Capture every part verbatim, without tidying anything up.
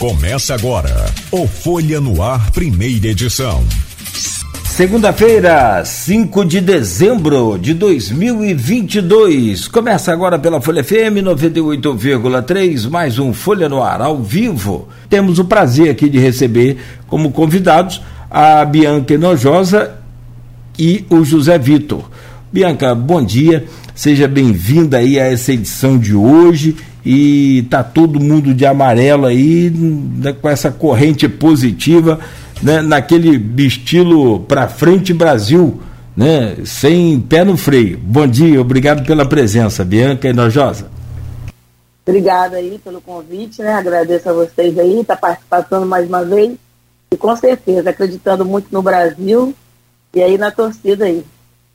Começa agora o Folha no Ar, primeira edição. Segunda-feira, cinco de dezembro de dois mil e vinte e dois. Começa agora pela Folha F M noventa e oito vírgula três, mais um Folha no Ar ao vivo. Temos o prazer aqui de receber como convidados a Bianca Enojosa e o José Vitor. Bianca, bom dia, seja bem-vinda aí a essa edição de hoje. E tá todo mundo de amarelo aí, né, com essa corrente positiva, né, naquele estilo pra frente Brasil, né, sem pé no freio. Bom dia, obrigado pela presença, Bianca Enojosa. Obrigada aí pelo convite, né, agradeço a vocês aí, tá participando mais uma vez, e com certeza, acreditando muito no Brasil, e aí na torcida aí.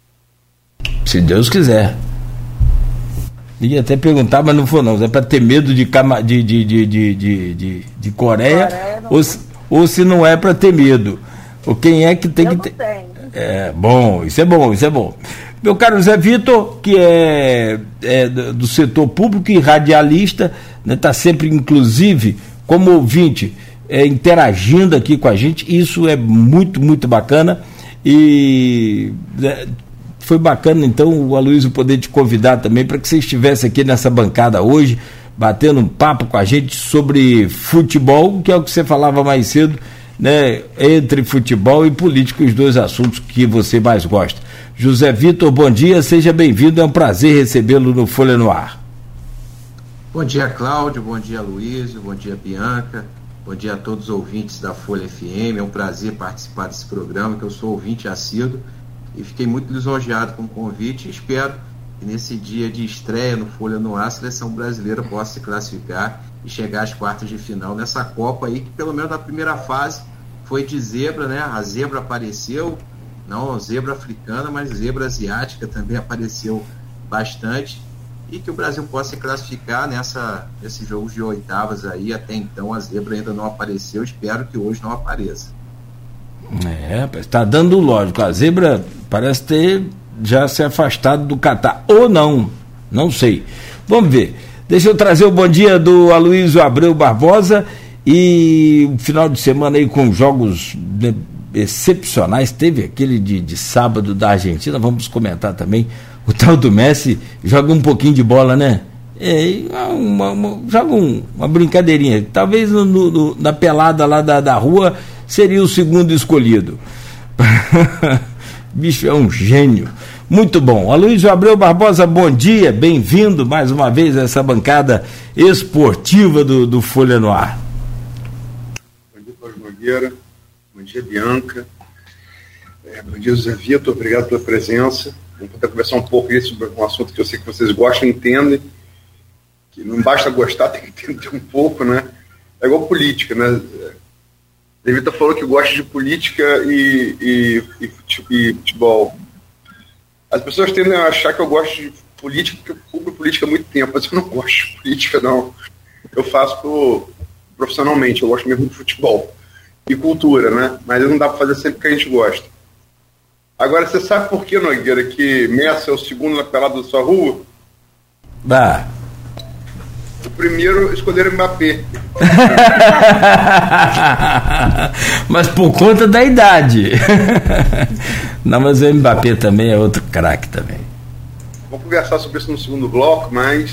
Se Deus quiser. Ia até perguntar, mas não foi não. É para ter medo de, cama, de, de, de, de, de, de, de Coreia, Coreia ou, se, ou se não é para ter medo. Ou quem é que tem Eu que ter. Tenho. É bom, isso é bom, isso é bom. Meu caro Zé Vitor, que é, é do setor público e radialista, está, né, sempre, inclusive, como ouvinte, é, interagindo aqui com a gente. Isso é muito, muito bacana. E. É, foi bacana, então, o Aloysio poder te convidar também para que você estivesse aqui nessa bancada hoje, batendo um papo com a gente sobre futebol, que é o que você falava mais cedo, né? Entre futebol e política, os dois assuntos que você mais gosta. José Vitor, bom dia, seja bem-vindo, é um prazer recebê-lo no Folha no Ar. Bom dia, Cláudio, bom dia, Aloysio, bom dia, Bianca, bom dia a todos os ouvintes da Folha F M, é um prazer participar desse programa, que eu sou ouvinte assíduo, e fiquei muito lisonjeado com o convite e espero que nesse dia de estreia no Folha no Ar, a seleção brasileira possa se classificar e chegar às quartas de final nessa Copa aí, que pelo menos na primeira fase foi de zebra, né? A zebra apareceu, não zebra africana, mas zebra asiática também apareceu bastante, e que o Brasil possa se classificar nessa, nesses jogos de oitavas aí. Até então a zebra ainda não apareceu, espero que hoje não apareça. É, está dando lógico. A zebra parece ter já se afastado do Catar. Ou não, não sei. Vamos ver. Deixa eu trazer o bom dia do Aloysio Abreu Barbosa. E o final de semana aí com jogos, né, excepcionais. Teve aquele de, de sábado da Argentina. Vamos comentar também. O tal do Messi joga um pouquinho de bola, né? É, uma, uma, joga um, uma brincadeirinha. Talvez no, no, na pelada lá da, da rua seria o segundo escolhido. Bicho é um gênio. Muito bom. Aloysio Abreu Barbosa, bom dia, bem-vindo mais uma vez a essa bancada esportiva do, do Folha no Ar. Bom dia, Cláudio Nogueira. Bom dia, Bianca. É, bom dia, José Vitor. Obrigado pela presença. Vamos poder conversar um pouco aí sobre um assunto que eu sei que vocês gostam e entendem. Que não basta gostar, tem que entender um pouco, né? É igual política, né? A Vitor falou que gosta de política e, e, e, e futebol. As pessoas tendem a achar que eu gosto de política porque eu cubro política há muito tempo, mas eu não gosto de política, não. Eu faço pro, profissionalmente, eu gosto mesmo de futebol e cultura, né? Mas não dá para fazer sempre que a gente gosta. Agora, você sabe por que, Nogueira, que Messi é o segundo na pelada da sua rua? Bah. O primeiro escolheram Mbappé. Mas por conta da idade. Não, mas o Mbappé também é outro craque também. Vamos conversar sobre isso no segundo bloco, mas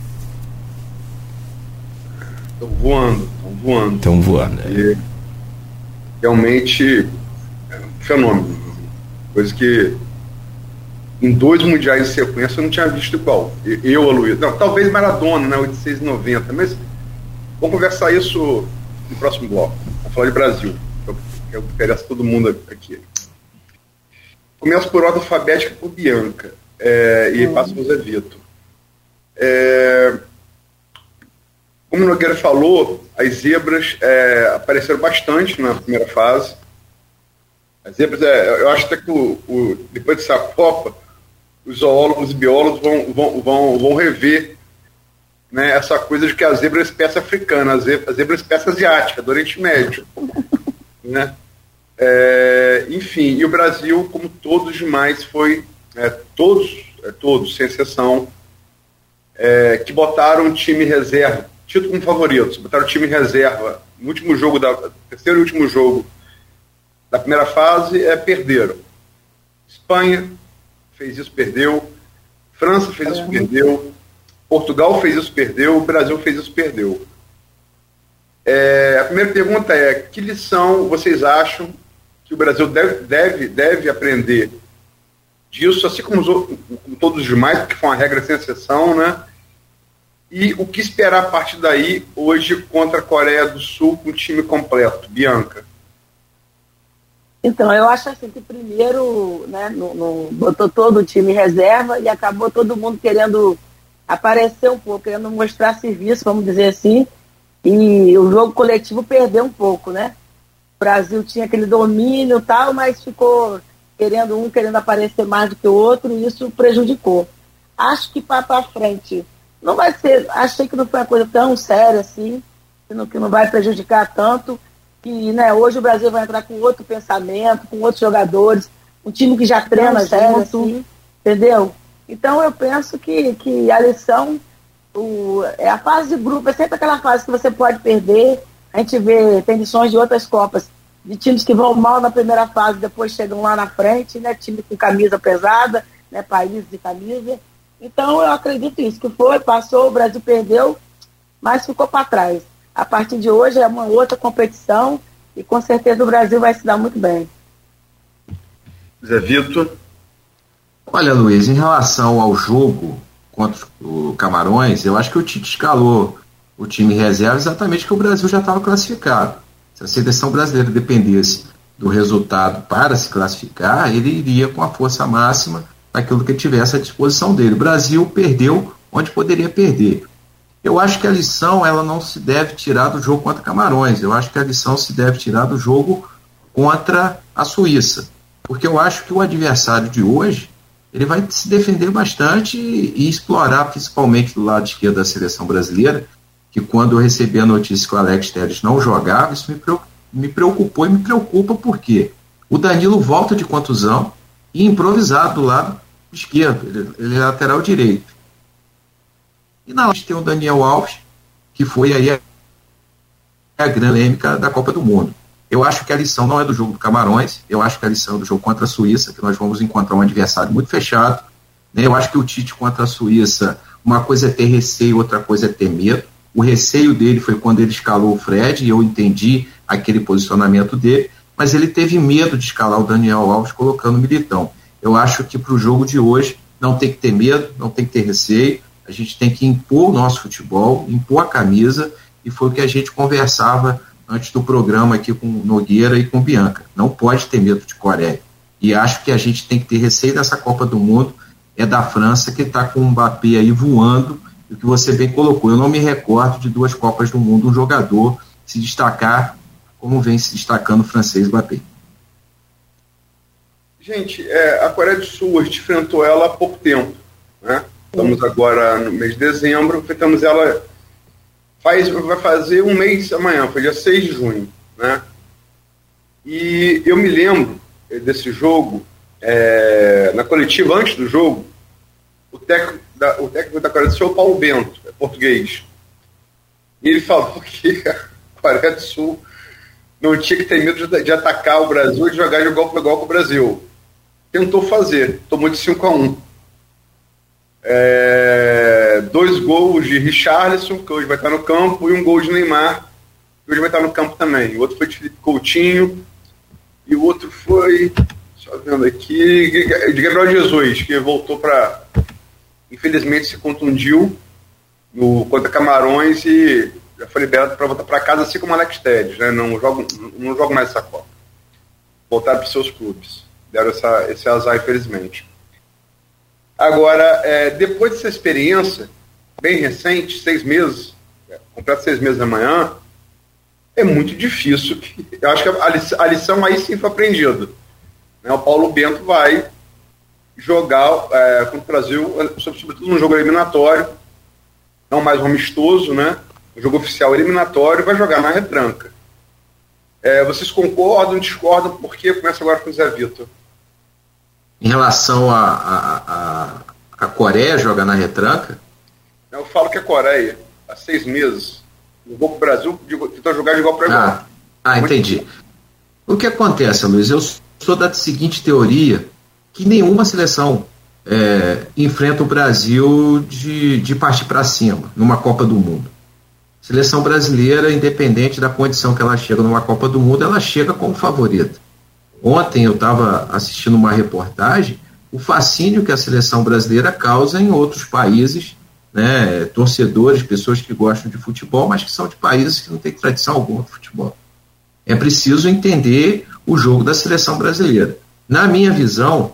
estão voando, estão voando. Estão voando, é. E realmente é um fenômeno. Coisa que em dois mundiais de sequência eu não tinha visto igual. Eu, Aloysio. Não, talvez Maradona, né? oitenta e seis e noventa, mas vamos conversar isso no próximo bloco. Vamos falar de Brasil, que é o que interessa todo mundo aqui. Começo por ordem alfabética por Bianca, é, e passo para o Zé Vitor. É, como o Nogueira falou, as zebras é, apareceram bastante na primeira fase. As zebras, é, eu acho até que o, o, depois dessa Copa, os zoólogos e biólogos vão, vão, vão, vão rever, né, essa coisa de que a zebra é espécie africana, a zebra, a zebra é espécie asiática, do Oriente Médio. Né? É, enfim, e o Brasil, como todos os demais, foi, é, todos, é, todos, sem exceção, é, que botaram o time reserva, tido como favoritos, botaram o time reserva no último jogo, da, terceiro e último jogo da primeira fase, é, perderam. Espanha fez isso, perdeu. França fez isso, perdeu. Portugal fez isso, perdeu. O Brasil fez isso, perdeu. É, a primeira pergunta é: que lição vocês acham que o Brasil deve, deve, deve aprender disso, assim como, os, como todos os demais, porque foi uma regra sem exceção, né? E o que esperar a partir daí, hoje, contra a Coreia do Sul, com o time completo? Bianca. Então, eu acho assim que primeiro, né, no, no, botou todo o time em reserva e acabou todo mundo querendo aparecer um pouco, querendo mostrar serviço, vamos dizer assim, e o jogo coletivo perdeu um pouco, né? O Brasil tinha aquele domínio e tal, mas ficou querendo um, querendo aparecer mais do que o outro, e isso prejudicou. Acho que para frente não vai ser, achei que não foi uma coisa tão séria assim, que não, que não vai prejudicar tanto, que, né, hoje o Brasil vai entrar com outro pensamento, com outros jogadores, um time que já treina junto, assim, entendeu? Então eu penso que, que a lição o, é a fase de grupo, é sempre aquela fase que você pode perder. A gente vê, tem lições de outras Copas, de times que vão mal na primeira fase, depois chegam lá na frente, né, time com camisa pesada, né, países de camisa. Então eu acredito nisso, que foi, passou, o Brasil perdeu, mas ficou para trás. A partir de hoje é uma outra competição e com certeza o Brasil vai se dar muito bem. Zé Vitor. Olha, Luiz, em relação ao jogo contra o Camarões, eu acho que o Tite escalou o time reserva exatamente porque o Brasil já estava classificado. Se a seleção brasileira dependesse do resultado para se classificar, ele iria com a força máxima daquilo que ele tivesse à disposição dele. O Brasil perdeu onde poderia perder. Eu acho que a lição ela não se deve tirar do jogo contra Camarões. Eu acho que a lição se deve tirar do jogo contra a Suíça. Porque eu acho que o adversário de hoje ele vai se defender bastante e, e explorar, principalmente do lado esquerdo da seleção brasileira, que quando eu recebi a notícia que o Alex Telles não jogava, isso me preocupou, me preocupou e me preocupa porque o Danilo volta de contusão e improvisado do lado esquerdo, ele, ele é lateral direito. E na gente tem o Daniel Alves, que foi aí a, a grande polêmica da Copa do Mundo. Eu acho que a lição não é do jogo do Camarões, eu acho que a lição é do jogo contra a Suíça, que nós vamos encontrar um adversário muito fechado. Né? Eu acho que o Tite contra a Suíça, uma coisa é ter receio, outra coisa é ter medo. O receio dele foi quando ele escalou o Fred, e eu entendi aquele posicionamento dele, mas ele teve medo de escalar o Daniel Alves colocando o Militão. Eu acho que para o jogo de hoje não tem que ter medo, não tem que ter receio, a gente tem que impor o nosso futebol, impor a camisa, e foi o que a gente conversava antes do programa aqui com Nogueira e com Bianca. Não pode ter medo de Coreia. E acho que a gente tem que ter receio dessa Copa do Mundo, é da França, que está com o Mbappé aí voando, o que você bem colocou. Eu não me recordo de duas Copas do Mundo um jogador se destacar como vem se destacando o francês Mbappé. Gente, é, a Coreia do Sul, a gente enfrentou ela há pouco tempo, né? Estamos agora no mês de dezembro, enfrentamos ela faz, vai fazer um mês amanhã, foi dia seis de junho, né? E eu me lembro desse jogo, é, na coletiva antes do jogo, o técnico da, o técnico da Coreia do Sul é o Paulo Bento, é português. E ele falou que a Coreia do Sul não tinha que ter medo de, de atacar o Brasil e de jogar de igual para igual com o Brasil. Tentou fazer, tomou de cinco a um. É, dois gols de Richarlison, que hoje vai estar no campo, e um gol de Neymar, que hoje vai estar no campo também. O outro foi de Felipe Coutinho, e o outro foi, só vendo aqui, de Gabriel Jesus, que voltou para... Infelizmente se contundiu no, contra Camarões e já foi liberado para voltar para casa, assim como o Alex Telles, né? Não jogo, não jogo mais essa Copa. Voltaram para os seus clubes. Deram essa, esse azar, infelizmente. Agora, é, depois dessa experiência, bem recente, seis meses, é, completo seis meses amanhã, é muito difícil. Que, eu acho que a, lição, a lição aí sim foi aprendida. Né? O Paulo Bento vai jogar é, contra o Brasil, sobretudo num jogo eliminatório, não mais um amistoso, né? Um jogo oficial eliminatório, vai jogar na retranca. É, vocês concordam, discordam? Por quê? Começa agora com o Zé Vitor. Em relação a, a, a, a Coreia jogar na retranca? Eu falo que a Coreia, há seis meses, Jogou para o Brasil, tentou jogar de igual para igual. Ah, ah entendi. O que acontece, Luiz? Eu sou da seguinte teoria, que nenhuma seleção é, enfrenta o Brasil de, de partir para cima, numa Copa do Mundo. Seleção brasileira, independente da condição que ela chega numa Copa do Mundo, ela chega como favorita. Ontem eu estava assistindo uma reportagem, o fascínio que a seleção brasileira causa em outros países, né, torcedores, pessoas que gostam de futebol, mas que são de países que não têm tradição alguma de futebol. É preciso entender o jogo da seleção brasileira. Na minha visão,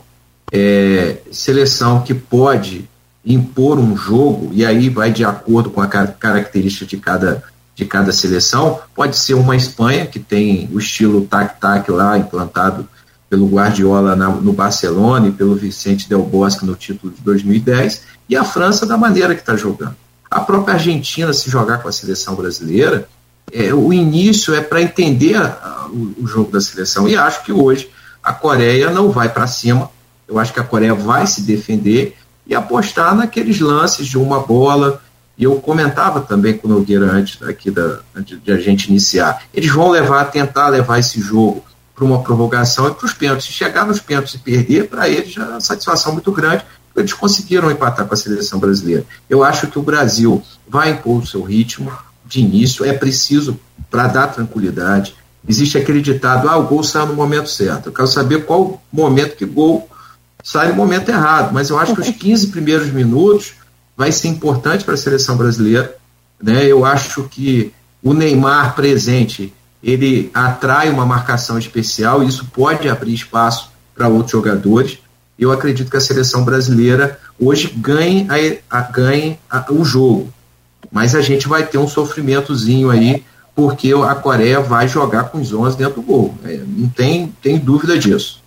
é, seleção que pode impor um jogo, e aí vai de acordo com a car- característica de cada, de cada seleção, pode ser uma Espanha, que tem o estilo tac-tac lá, implantado pelo Guardiola na, no Barcelona e pelo Vicente Del Bosque no título de dois mil e dez, e a França da maneira que está jogando. A própria Argentina, se jogar com a seleção brasileira, é, o início é para entender a, a, o, o jogo da seleção, e acho que hoje a Coreia não vai para cima. Eu acho que a Coreia vai se defender e apostar naqueles lances de uma bola, e eu comentava também com o Nogueira antes aqui da, de, de a gente iniciar, eles vão levar, tentar levar esse jogo para uma prorrogação e para os pênaltis. Se chegar nos pênaltis e perder, para eles já é uma satisfação muito grande, porque eles conseguiram empatar com a seleção brasileira. Eu acho que o Brasil vai impor o seu ritmo de início, é preciso, para dar tranquilidade. Existe aquele ditado, ah, o gol saiu no momento certo. Eu quero saber qual momento que o gol sai no momento errado, mas eu acho que os quinze primeiros minutos vai ser importante para a seleção brasileira, né? Eu acho que o Neymar presente, ele atrai uma marcação especial, e isso pode abrir espaço para outros jogadores. Eu acredito que a seleção brasileira hoje ganhe, a, a, ganhe a, o jogo, mas a gente vai ter um sofrimentozinho aí, porque a Coreia vai jogar com os onze dentro do gol, é, não tem, tem dúvida disso.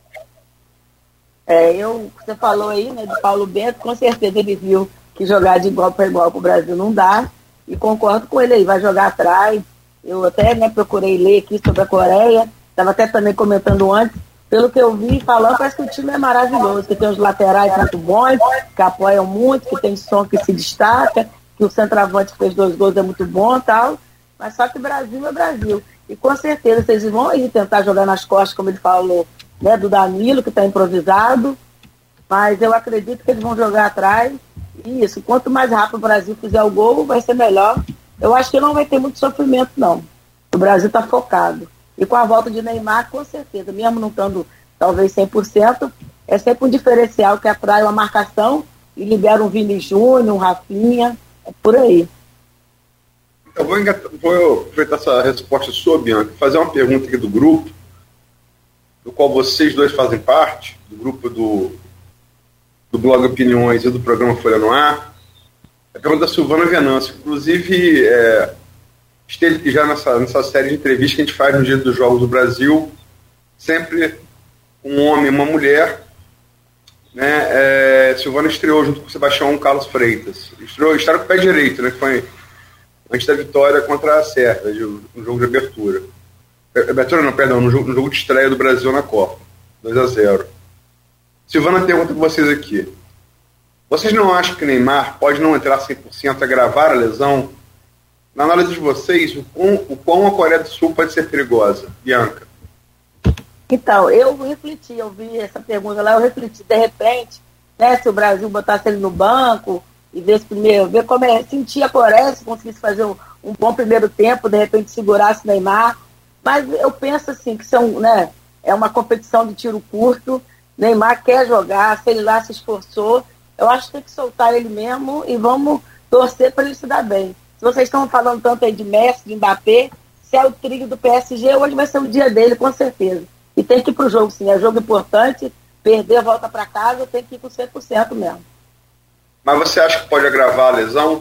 É, eu, você falou aí, né, do Paulo Bento, com certeza ele viu que jogar de igual para igual para o Brasil não dá, e concordo com ele aí, vai jogar atrás. Eu até, né, procurei ler aqui sobre a Coreia, estava até também comentando antes, pelo que eu vi falando, parece que o time é maravilhoso, que tem os laterais muito bons, que apoiam muito, que tem som que se destaca, que o centroavante que fez dois gols é muito bom e tal, mas só que Brasil é Brasil. E com certeza vocês vão aí tentar jogar nas costas, como ele falou, né, do Danilo, que está improvisado, mas eu acredito que eles vão jogar atrás, e isso, quanto mais rápido o Brasil fizer o gol, vai ser melhor. Eu acho que não vai ter muito sofrimento, não. O Brasil está focado. E com a volta de Neymar, com certeza, mesmo não estando talvez cem por cento, é sempre um diferencial que atrai uma marcação e libera um Vini Júnior, um Rafinha, é por aí. Eu vou, engatar, vou aproveitar essa resposta sua, Bianca, fazer uma pergunta aqui do grupo, do qual vocês dois fazem parte, do grupo do, do blog Opiniões e do programa Folha no Ar. A pergunta da Silvana Venâncio, inclusive é, esteve já nessa, nessa série de entrevistas que a gente faz no dia dos Jogos do Brasil, sempre um homem e uma mulher, né? É, Silvana estreou junto com o Sebastião Carlos Freitas, estreou, estreou com o pé direito, né, que foi antes da vitória contra a Sérvia, no jogo de abertura. Abertura não, perdão, no jogo, no jogo de estreia do Brasil na Copa, dois a zero. Silvana pergunta para vocês aqui. Vocês não acham que Neymar pode não entrar cem por cento, agravar a lesão? Na análise de vocês, o quão, o quão a Coreia do Sul pode ser perigosa? Bianca. Então, eu refleti, eu vi essa pergunta lá, eu refleti, de repente, né, se o Brasil botasse ele no banco e ver, primeiro, ver como é, sentir a Coreia, se conseguisse fazer um, um bom primeiro tempo, de repente segurasse o Neymar. Mas eu penso assim, que são, né, é uma competição de tiro curto, Neymar quer jogar, se ele lá se esforçou, eu acho que tem que soltar ele mesmo e vamos torcer para ele se dar bem. Se vocês estão falando tanto aí de Messi, de Mbappé, se é o trio do P S G, hoje vai ser o dia dele, com certeza. E tem que ir para o jogo, sim. É jogo importante, perder, volta para casa, tem que ir com cem por cento mesmo. Mas você acha que pode agravar a lesão?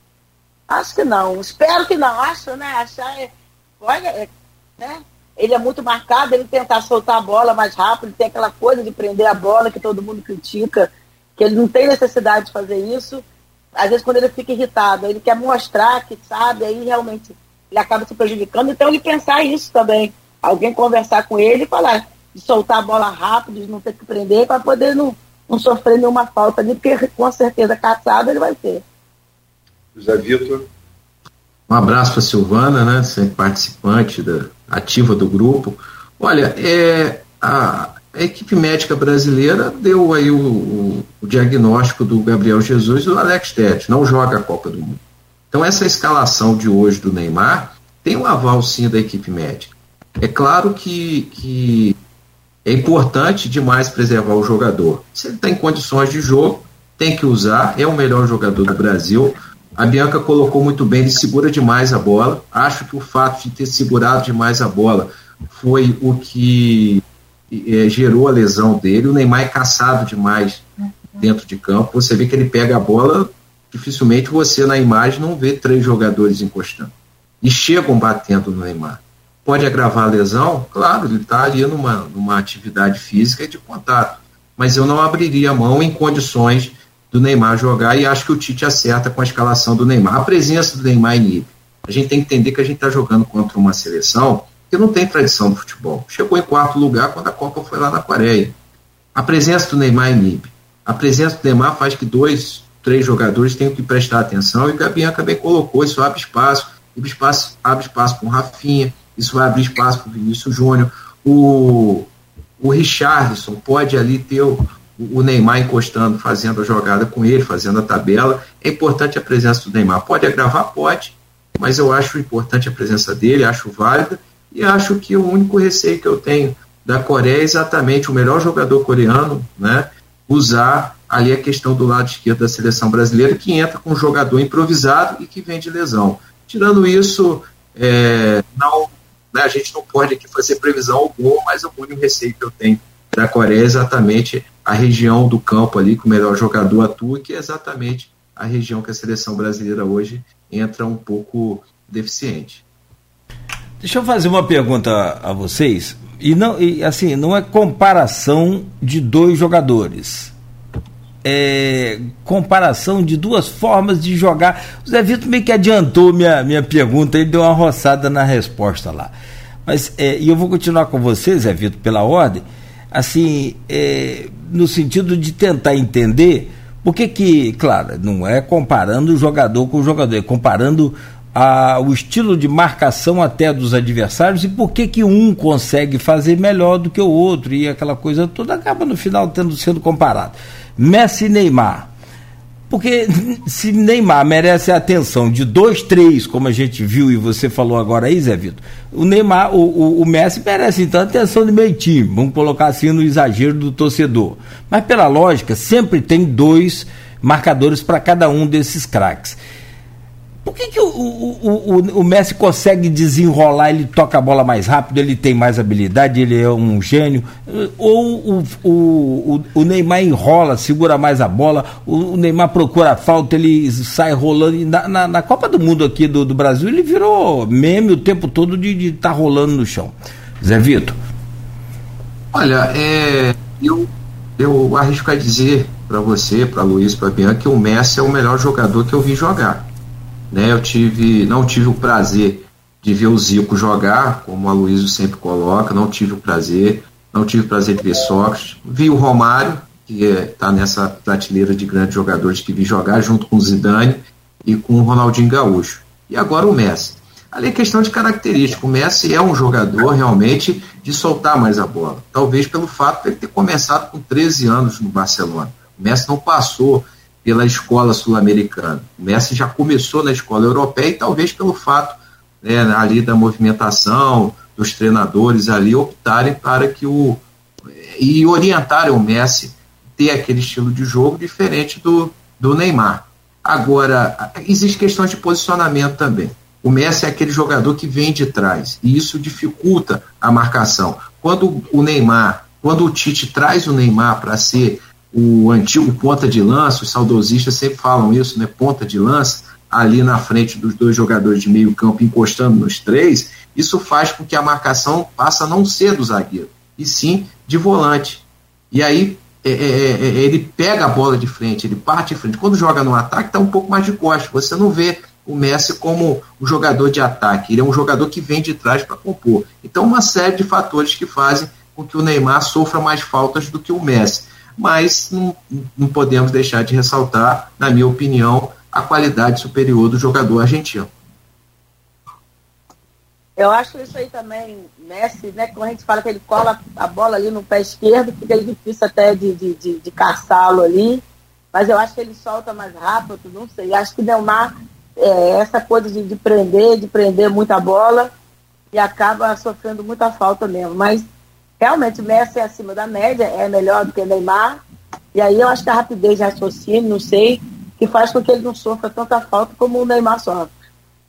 Acho que não. Espero que não. Acho, né? Achar é... Olha, é... né? Ele é muito marcado, ele tentar soltar a bola mais rápido, ele tem aquela coisa de prender a bola que todo mundo critica, que ele não tem necessidade de fazer isso. Às vezes quando ele fica irritado, ele quer mostrar que sabe, aí realmente ele acaba se prejudicando. Então ele pensar isso também, alguém conversar com ele e falar de soltar a bola rápido, de não ter que prender, para poder não, não sofrer nenhuma falta ali, porque com certeza caçado ele vai ter. José Vitor. Um abraço para a Silvana, né, sempre participante da, ativa do grupo. Olha, é, a, a equipe médica brasileira deu aí o, o, o diagnóstico do Gabriel Jesus e do Alex Telles, não joga a Copa do Mundo. Então essa escalação de hoje do Neymar tem um aval sim da equipe médica. É claro que, que é importante demais preservar o jogador. Se ele está em condições de jogo, tem que usar, é o melhor jogador do Brasil. A Bianca colocou muito bem, ele segura demais a bola. Acho que o fato de ter segurado demais a bola foi o que é, gerou a lesão dele. O Neymar é caçado demais dentro de campo. Você vê que ele pega a bola, dificilmente você na imagem não vê três jogadores encostando. E chegam batendo no Neymar. Pode agravar a lesão? Claro, ele está ali numa, numa atividade física e de contato. Mas eu não abriria a mão em condições do Neymar jogar, e acho que o Tite acerta com a escalação do Neymar. A presença do Neymar inibe. A gente tem que entender que a gente está jogando contra uma seleção que não tem tradição do futebol. Chegou em quarto lugar quando a Copa foi lá na Coreia. A presença do Neymar inibe. A presença do Neymar faz que dois, três jogadores tenham que prestar atenção, e o Gabianca bem colocou, isso abre espaço, abre espaço, abre espaço para o Rafinha, isso vai abrir espaço para o Vinícius Júnior. O, o Richarlison pode ali ter o, o Neymar encostando, fazendo a jogada com ele, fazendo a tabela. É importante a presença do Neymar. Pode agravar? Pode, mas eu acho importante a presença dele, acho válida, e acho que o único receio que eu tenho da Coreia é exatamente o melhor jogador coreano, né, usar ali a questão do lado esquerdo da seleção brasileira, que entra com um jogador improvisado e que vem de lesão. Tirando isso, é, não, né, a gente não pode aqui fazer previsão alguma, mas o único receio que eu tenho da Coreia é exatamente a região do campo ali que o melhor jogador atua, que é exatamente a região que a seleção brasileira hoje entra um pouco deficiente. Deixa eu fazer uma pergunta a vocês, e não, e, assim, não é comparação de dois jogadores, é comparação de duas formas de jogar. O Zé Vitor meio que adiantou minha, minha pergunta, ele deu uma roçada na resposta lá, mas é, e eu vou continuar com você, Zé Vitor, pela ordem, assim, é, no sentido de tentar entender por que que, claro, não é comparando o jogador com o jogador, é comparando a, o estilo de marcação até dos adversários, e por que que um consegue fazer melhor do que o outro, e aquela coisa toda acaba no final tendo, sendo comparado. Messi e Neymar, porque se Neymar merece a atenção de dois, três, como a gente viu e você falou agora aí, Zé Vitor, o Neymar, o, o, o Messi merece então a atenção do meio time, vamos colocar assim no exagero do torcedor, mas pela lógica sempre tem dois marcadores para cada um desses craques. Por que que o, o, o, o Messi consegue desenrolar, ele toca a bola mais rápido, ele tem mais habilidade, ele é um gênio, ou o, o, o Neymar enrola, segura mais a bola, o, o Neymar procura a falta, ele sai rolando, na, na, na Copa do Mundo aqui do, do Brasil ele virou meme o tempo todo de estar tá rolando no chão. Zé Vitor? Olha, é, eu, eu arrisco a dizer para você, para Luiz, para Bianca, que o Messi é o melhor jogador que eu vi jogar. Né, eu tive, não tive o prazer de ver o Zico jogar, como a Luísa sempre coloca, não tive o prazer, não tive o prazer de ver Sócrates, vi o Romário, que está é, nessa prateleira de grandes jogadores que vi jogar, junto com o Zidane e com o Ronaldinho Gaúcho, e agora o Messi. Ali é questão de característica, o Messi é um jogador realmente de soltar mais a bola, talvez pelo fato de ele ter começado com treze anos no Barcelona. O Messi não passou pela escola sul-americana. O Messi já começou na escola europeia, e talvez pelo fato, né, ali da movimentação, dos treinadores ali optarem para que o... e orientarem o Messi ter aquele estilo de jogo diferente do, do Neymar. Agora, existe questões de posicionamento também. O Messi é aquele jogador que vem de trás, e isso dificulta a marcação. Quando o Neymar, quando o Tite traz o Neymar para ser o antigo ponta de lança, os saudosistas sempre falam isso, né? Ponta de lança, ali na frente dos dois jogadores de meio campo, encostando nos três, isso faz com que a marcação passe a não ser do zagueiro, e sim de volante. E aí é, é, é, ele pega a bola de frente, ele parte de frente. Quando joga no ataque, está um pouco mais de costas. Você não vê o Messi como um jogador de ataque, ele é um jogador que vem de trás para compor. Então, uma série de fatores que fazem com que o Neymar sofra mais faltas do que o Messi. Mas não, não podemos deixar de ressaltar, na minha opinião, a qualidade superior do jogador argentino. Eu acho isso aí também, Messi, né? Quando a gente fala que ele cola a bola ali no pé esquerdo, fica difícil até de, de, de, de caçá-lo ali, mas eu acho que ele solta mais rápido, não sei. Acho que Neymar, é, essa coisa de, de prender, de prender muita bola, e acaba sofrendo muita falta mesmo. Mas realmente o Messi é acima da média, é melhor do que Neymar, e aí eu acho que a rapidez de raciocínio, não sei, que faz com que ele não sofra tanta falta como o Neymar sofre.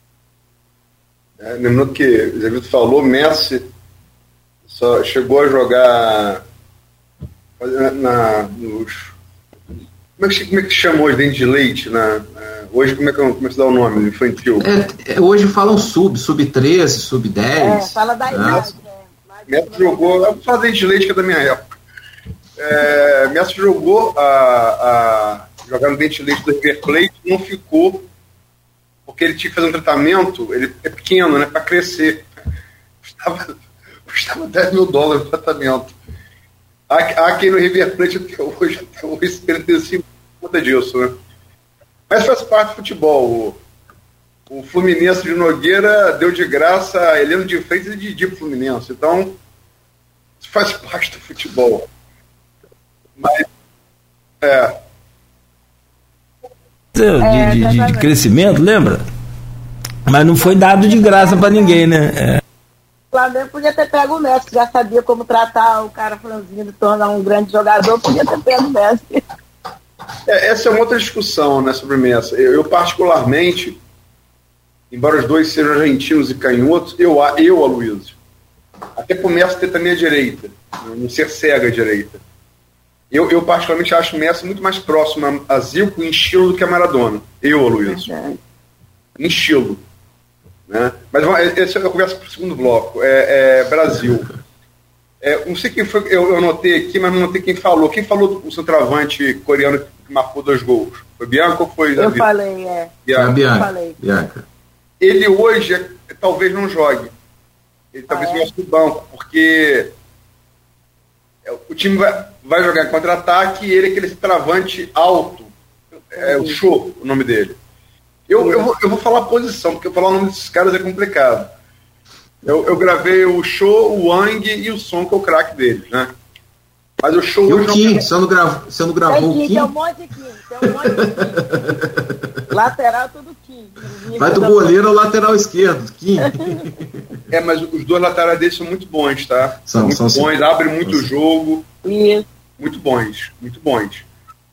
É, lembrando que o Zé Vitor falou, Messi só chegou a jogar na, na, nos. Como é, que, como é que chama hoje, dente de leite? Na, na, hoje, como é que, como é que se dá o nome? Infantil? É, é, hoje falam sub, sub treze, sub dez. É, fala da idade. Né? Messi jogou. Eu vou falar dente de leite, que é da minha época. É, Messi jogou a, a jogar no dente de leite do River Plate, não ficou. Porque ele tinha que fazer um tratamento, ele é pequeno, né, para crescer. Custava, custava dez mil dólares o tratamento. Há, há quem no River Plate até hoje, até hoje se beneficia conta disso, né? Mas faz parte do futebol. O, o Fluminense de Nogueira deu de graça a Heleno de Freitas e Didi pro Fluminense. Então, isso faz parte do futebol. Mas, é... De, de, de, de crescimento, lembra? Mas não foi dado de graça para ninguém, né? É. O Flamengo podia ter pego o Messi, que já sabia como tratar o cara franzino de tornar um grande jogador, podia ter pego o Messi. É, essa é uma outra discussão, né, sobre o Messi. Eu, eu, particularmente, embora os dois sejam argentinos e canhotos, eu, eu Aloysio, até pro Messi ter também a direita, não ser cega a direita. Eu, eu particularmente acho o Messi muito mais próximo a Zico em estilo do que a Maradona. Eu, Aloysio. É. Em estilo. Né? Mas essa eu converso para o segundo bloco. É, é Brasil. É, não sei quem foi, eu, eu notei aqui, mas não notei quem falou. Quem falou do centroavante coreano que marcou dois gols? Foi Bianca ou foi Eu falei, é. Bianca. Eu Bianca. falei. Bianca. Ele hoje é, talvez não jogue. Ele talvez Ah, é? goste do banco, porque o time vai, vai jogar em contra-ataque e ele é aquele centroavante alto. É o Show, o nome dele. Eu, eu, vou, eu vou falar a posição, porque falar o nome desses caras é complicado. Eu, eu gravei o Show, o Wang e o Son, que é o craque deles, né? Mas o Show E hoje o Kim, não... você não, grava, você não gravou Tem o Kim, Kim? tem um monte de Kim, tem um monte de Kim. Lateral tudo Kim. Vai do goleiro ao lateral esquerdo, Kim. É, mas os dois laterais deles são muito bons, tá? São, muito são bons, sim. abrem muito o jogo. Isso. Muito bons, muito bons.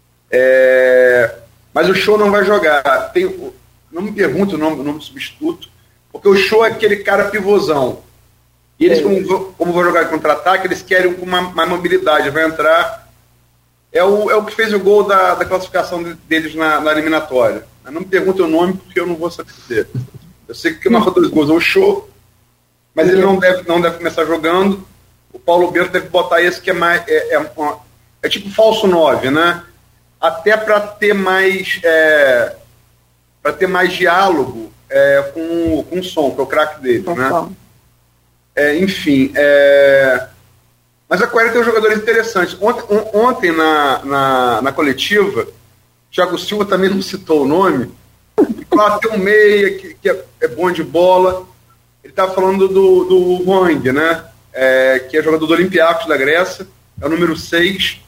É... Mas o Show não vai jogar. Tem... Não me pergunte o nome, o nome do substituto, porque o Show é aquele cara pivôzão. E eles, É. como, como vão jogar contra-ataque, eles querem com uma, mais mobilidade. Vai entrar. É o, é o que fez o gol da, da classificação deles na, na eliminatória. Mas não me pergunte o nome, porque eu não vou saber. Eu sei que quem marcou dois gols é o Show, mas ele não deve, não deve começar jogando. O Paulo Bento deve botar esse que é mais. É, é, uma, é tipo falso nove, né? Até para ter mais. É, para ter mais diálogo é, com, com o Som, que é o craque dele, né? É, enfim, é... mas a Coreia tem jogadores interessantes. Ontem, on, ontem na, na, na coletiva, Thiago Silva também não citou o nome. Lá tem um meia que, que é, é bom de bola. Ele estava falando do, do Wang, né? É, que é jogador do Olympiacos da Grécia, é o número seis.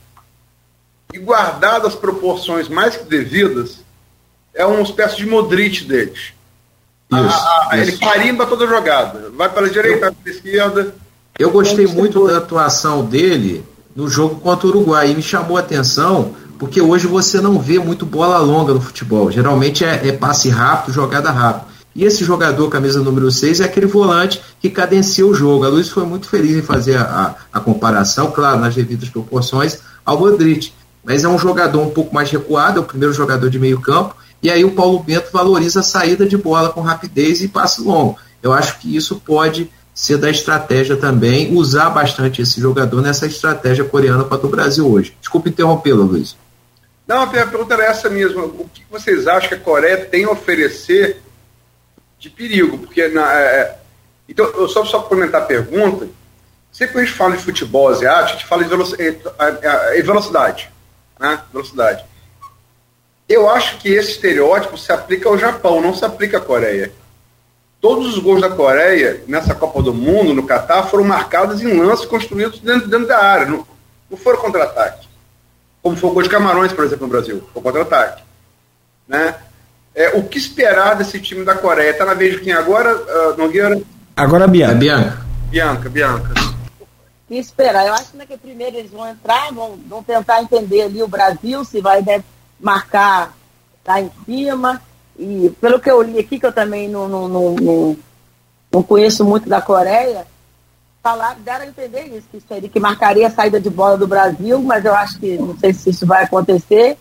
E guardado as proporções mais que devidas, é uma espécie de Modric deles. Isso, a, a, isso. Ele carimba toda a jogada. Vai para a direita, vai para a esquerda. Eu gostei muito da atuação dele no jogo contra o Uruguai. E me chamou a atenção porque hoje você não vê muito bola longa no futebol. Geralmente é, é passe rápido, jogada rápida. E esse jogador, camisa número seis, é aquele volante que cadencia o jogo. A Luiz foi muito feliz em fazer a, a, a comparação, claro, nas devidas proporções, ao Modric. Mas é um jogador um pouco mais recuado, é o primeiro jogador de meio campo. E aí o Paulo Bento valoriza a saída de bola com rapidez e passe longo. Eu acho que isso pode ser da estratégia também, usar bastante esse jogador nessa estratégia coreana para o Brasil hoje. Desculpa interrompê-lo, Luiz. Não, a pergunta era essa mesmo. O que vocês acham que a Coreia tem a oferecer de perigo? Porque, na, é... então, eu só só complementar a pergunta, sempre que a gente fala de futebol asiático, a gente fala de velocidade, velocidade, né? Velocidade. Eu acho que esse estereótipo se aplica ao Japão, não se aplica à Coreia. todos os gols da Coreia nessa Copa do Mundo, no Catar, foram marcados em lances construídos dentro, dentro da área, não, não foram contra-ataque. Como foi o gol de Camarões, por exemplo, no Brasil, foi contra-ataque. Né? É, o que esperar desse time da Coreia? Está na vez de quem agora, uh, Nogueira? Agora a Bianca. É Bianca. Bianca, Bianca. O que esperar? Eu acho que, né, que primeiro eles vão entrar, vão, vão tentar entender ali o Brasil, se vai, deve marcar lá em cima. E pelo que eu li aqui, que eu também não, não, não, não, não conheço muito da Coreia, falar, deram a entender isso, que seria que marcaria a saída de bola do Brasil, mas eu acho que não sei se isso vai acontecer.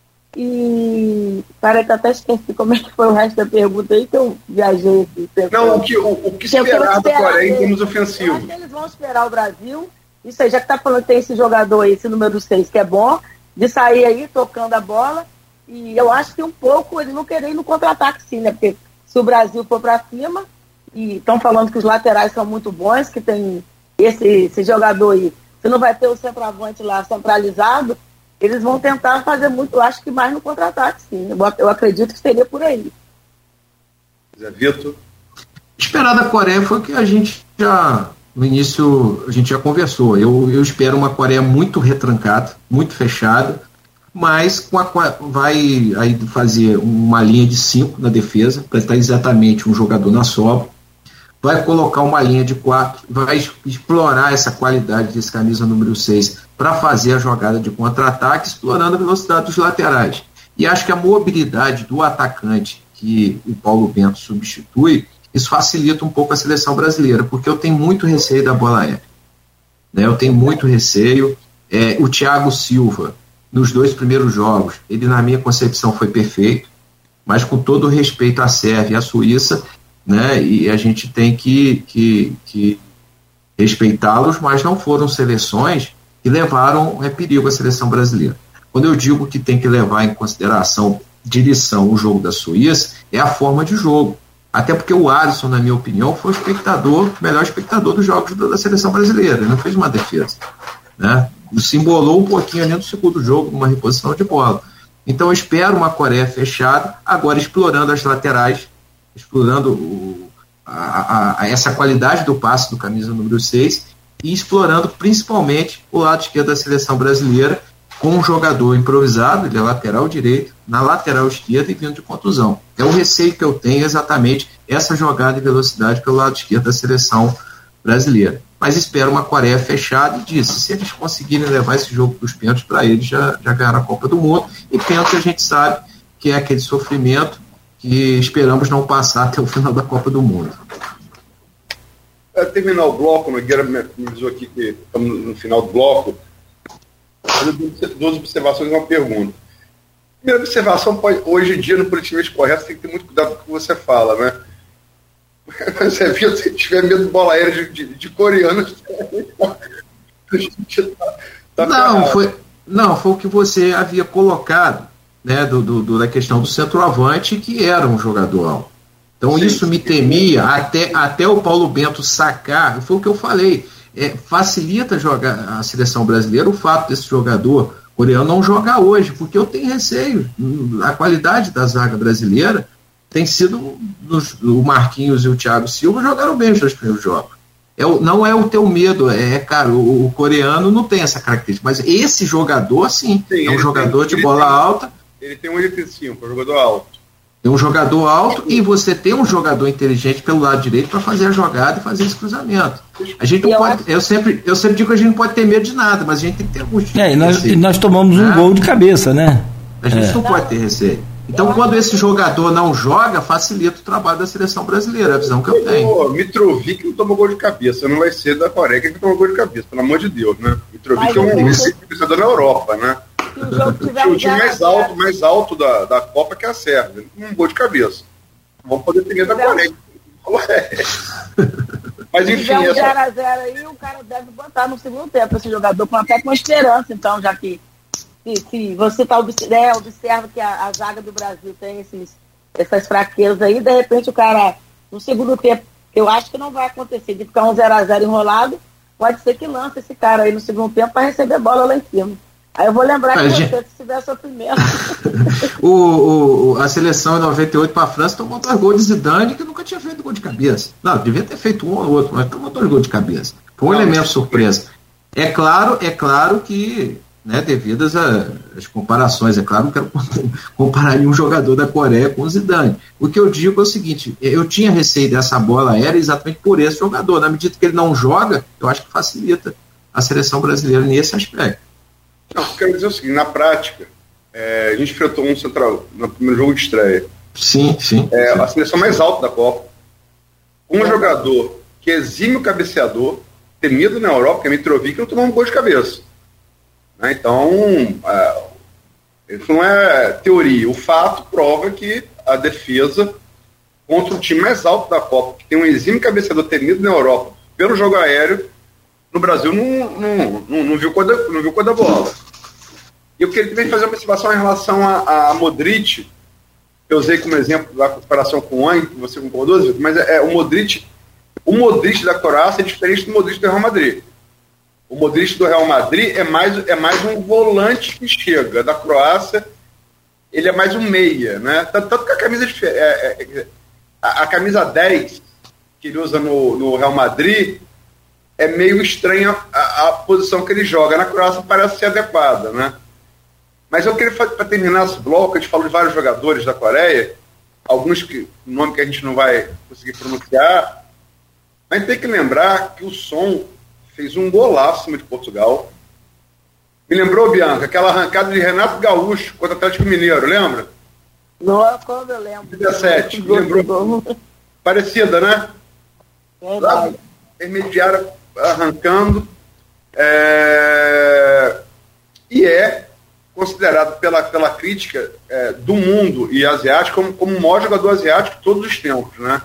E parece que até esqueci como é que foi o resto da pergunta aí, que eu viajei aqui. Não, o que, o, o que esperar da Coreia em termos ofensivos? Eu acho que eles vão esperar o Brasil. Isso aí, já que tá falando que tem esse jogador aí, esse número seis, que é bom, de sair aí tocando a bola. E eu acho que um pouco eles não querem ir no contra-ataque, sim, né? Porque se o Brasil for para cima, e estão falando que os laterais são muito bons, que tem esse, esse jogador aí, você não vai ter o centroavante lá centralizado, eles vão tentar fazer muito, eu acho que mais no contra-ataque, sim. Eu, eu acredito que seria por aí. Zé Vitor? Esperar da Coreia foi o que a gente já, no início, a gente já conversou. Eu, eu espero uma Coreia muito retrancada, muito fechada, mas com a, vai aí fazer uma linha de cinco na defesa, para estar exatamente um jogador na sobra, vai colocar uma linha de quatro, vai explorar essa qualidade desse camisa número seis para fazer a jogada de contra-ataque, explorando a velocidade dos laterais. E acho que a mobilidade do atacante que o Paulo Bento substitui, isso facilita um pouco a seleção brasileira, porque eu tenho muito receio da bola aérea. Né? Eu tenho muito receio. É, o Thiago Silva, nos dois primeiros jogos, ele, na minha concepção, foi perfeito, mas com todo o respeito à Sérvia e à Suíça, né, e a gente tem que, que, que respeitá-los, mas não foram seleções que levaram é, perigo à seleção brasileira. Quando eu digo que tem que levar em consideração de lição o jogo da Suíça, é a forma de jogo. Até porque o Alisson, na minha opinião, foi o espectador, o melhor espectador dos jogos da seleção brasileira. Ele não fez uma defesa. Né? Se embolou um pouquinho ali no segundo jogo, numa reposição de bola. Então eu espero uma Coreia fechada, agora explorando as laterais, explorando o, a, a, a essa qualidade do passe do camisa número seis e explorando principalmente o lado esquerdo da seleção brasileira, com um jogador improvisado, ele é lateral direito, na lateral esquerda e vindo de contusão. É o receio que eu tenho, exatamente essa jogada de velocidade pelo lado esquerdo da seleção brasileira. Mas espero uma Coreia fechada e disse, se eles conseguirem levar esse jogo dos pênaltis para eles, já, já ganharam a Copa do Mundo. E pênalti a gente sabe que é aquele sofrimento que esperamos não passar até o final da Copa do Mundo. Para terminar o bloco, Nogueira me avisou aqui que estamos no final do bloco, duas observações e uma pergunta. Primeira observação, pode, hoje em dia, no politicamente correto, tem que ter muito cuidado com o que você fala, né? Você viu, se tiver medo de bola aérea de, de, de coreano, a gente tá, tá não, foi, não, foi o que você havia colocado, né, do, do, do, da questão do centroavante, que era um jogador alto. Então sim, isso me temia, até, até o Paulo Bento sacar, foi o que eu falei, é, facilita jogar a seleção brasileira o fato desse jogador coreano não jogar hoje, porque eu tenho receio, a qualidade da zaga brasileira tem sido, nos, o Marquinhos e o Thiago Silva jogaram bem os dois primeiros jogos. É, não é o teu medo, é, cara, o, o coreano não tem essa característica, mas esse jogador, sim, sim é um jogador tem, de bola tem, alta. Ele tem um oitenta e cinco, é um jogador alto. Tem um jogador alto e você tem um jogador inteligente pelo lado direito para fazer a jogada e fazer esse cruzamento. A gente não eu pode, acho... eu, sempre, eu sempre digo que a gente não pode ter medo de nada, mas a gente tem que ter alguns tipos é, e nós, e nós tomamos um é. gol de cabeça, né? A gente é. não pode ter receio. Então, quando esse jogador não joga, facilita o trabalho da seleção brasileira, a visão que eu tenho. Pô, Mitrovic não tomou gol de cabeça, não vai ser da Coreia que tomou gol de cabeça, pelo amor de Deus, né? Mitrovic é um vencedor na Europa, né? O time mais alto, mais alto da, da Copa que é a Sérvia, um gol de cabeça. Vamos poder ter medo da Coreia. Mas enfim. Se tiver um zero a zero aí, o cara deve botar no segundo tempo esse jogador, com até com esperança, então, já que se, se você tá, é, observa que a, a zaga do Brasil tem esses, essas fraquezas aí, de repente o cara, no segundo tempo, eu acho que não vai acontecer, de ficar um zero a zero enrolado, pode ser que lance esse cara aí no segundo tempo para receber bola lá em cima. Aí eu vou lembrar que você, se tiver sua primeira. o, o, a seleção em noventa e oito para a França tomou dois gols de Zidane que nunca nunca tinha feito gol de cabeça. Não, devia ter feito um ou outro, mas tomou dois gols de cabeça. Foi um elemento surpresa. É claro, é claro que, né, devidas às comparações, é claro, não quero comparar nenhum jogador da Coreia com o Zidane. O que eu digo é o seguinte, eu tinha receio dessa bola aérea exatamente por esse jogador. Na medida que ele não joga, eu acho que facilita a seleção brasileira nesse aspecto. Não, eu quero dizer o seguinte, na prática, é, a gente enfrentou um central no primeiro jogo de estreia. Sim, sim. É, sim. A seleção mais alta da Copa. Um jogador que exime o cabeceador, temido na Europa, que é Mitrovic, que não tomou um gol de cabeça. Né? Então, é, isso não é teoria. O fato prova que a defesa contra o time mais alto da Copa, que tem um exime cabeceador temido na Europa, pelo jogo aéreo, no Brasil não, não, não, não viu cor da, não viu cor da bola. E eu queria também fazer uma observação em relação a, a Modric. Eu usei como exemplo da comparação com o Ange, que você concordou, mas é, é o Modric. O Modric da Croácia é diferente do Modric do Real Madrid. O Modric do Real Madrid é mais, é mais um volante que chega. Da Croácia, ele é mais um meia, né? Tanto, tanto que a camisa é, é, a, a camisa dez que ele usa no, no Real Madrid é meio estranha a, a posição que ele joga. Na Croácia parece ser adequada, né? Mas eu queria, para terminar esse bloco, a gente falou de vários jogadores da Coreia, alguns que, nome que a gente não vai conseguir pronunciar, mas tem que lembrar que o Son fez um golaço em cima de Portugal. Me lembrou, Bianca, aquela arrancada de Renato Gaúcho contra o Atlético Mineiro, lembra? Não, quando eu lembro. dezessete, me lembrou. Parecida, né? Verdade. Intermediária arrancando. É... E é considerado pela, pela crítica é, do mundo e asiático como, como o maior jogador asiático de todos os tempos, né?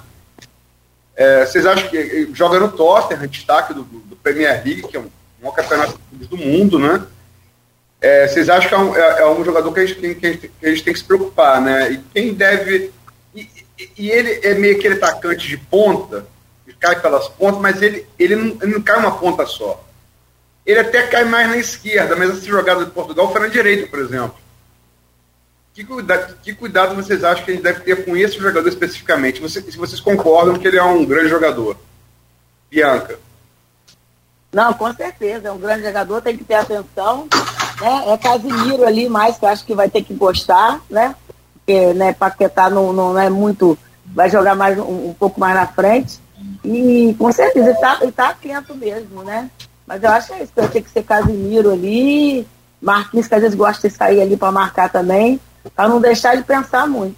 É, vocês acham que joga no Tottenham, destaque do, do Premier League, que é um, um campeonato do mundo, né? É, vocês acham que é um, é, é um jogador que a, gente, que, a gente, que a gente tem que se preocupar, né? E quem deve... E, e, e ele é meio aquele atacante de ponta, que cai pelas pontas, mas ele, ele, não, ele não cai uma ponta só. Ele até cai mais na esquerda, mas essa jogada de Portugal foi na direita, por exemplo. Que cuidado, que cuidado vocês acham que a gente deve ter com esse jogador especificamente? Você, se vocês concordam que ele é um grande jogador. Bianca. Não, com certeza. É um grande jogador, tem que ter atenção. Né? É Casimiro ali, mais que eu acho que vai ter que gostar, né? Porque né, Paquetá não, não é muito... Vai jogar mais um, um pouco mais na frente. E com certeza ele está ele tá atento mesmo, né? Mas eu acho que é isso, tem que ser Casimiro ali, Marquinhos, que às vezes gosta de sair ali para marcar também, para não deixar ele pensar muito.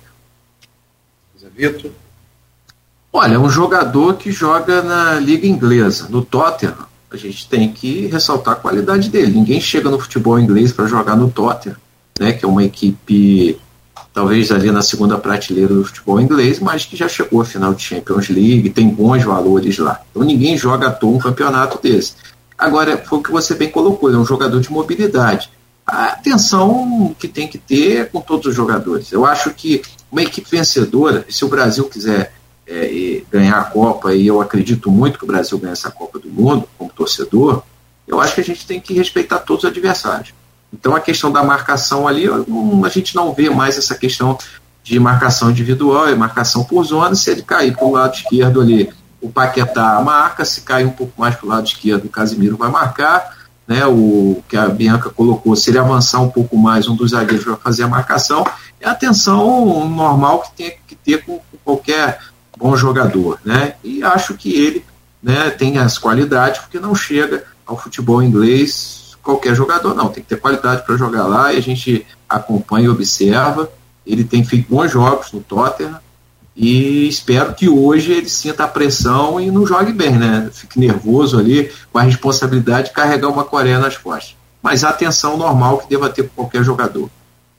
Vitor? Olha, é um jogador que joga na Liga Inglesa, no Tottenham. A gente tem que ressaltar a qualidade dele. Ninguém chega no futebol inglês para jogar no Tottenham, né, que é uma equipe talvez ali na segunda prateleira do futebol inglês, mas que já chegou à final de Champions League, tem bons valores lá. Então ninguém joga à toa um campeonato desse. Agora, foi o que você bem colocou, ele é um jogador de mobilidade. A atenção que tem que ter é com todos os jogadores. Eu acho que uma equipe vencedora, se o Brasil quiser é, ganhar a Copa, e eu acredito muito que o Brasil ganhe essa Copa do Mundo, como torcedor, eu acho que a gente tem que respeitar todos os adversários. Então a questão da marcação ali, a gente não vê mais essa questão de marcação individual, é marcação por zona. Se ele cair para o lado esquerdo ali, o Paquetá marca, se cair um pouco mais para o lado esquerdo, o Casimiro vai marcar, né, o que a Bianca colocou, se ele avançar um pouco mais, um dos zagueiros vai fazer a marcação. É a atenção normal que tem que ter com qualquer bom jogador, né? E acho que ele, né, tem as qualidades, porque não chega ao futebol inglês qualquer jogador, não, tem que ter qualidade para jogar lá, e a gente acompanha e observa. Ele tem feito bons jogos no Tottenham, e espero que hoje ele sinta a pressão e não jogue bem, né? Fique nervoso ali com a responsabilidade de carregar uma Coreia nas costas. Mas a atenção normal que deva ter com qualquer jogador.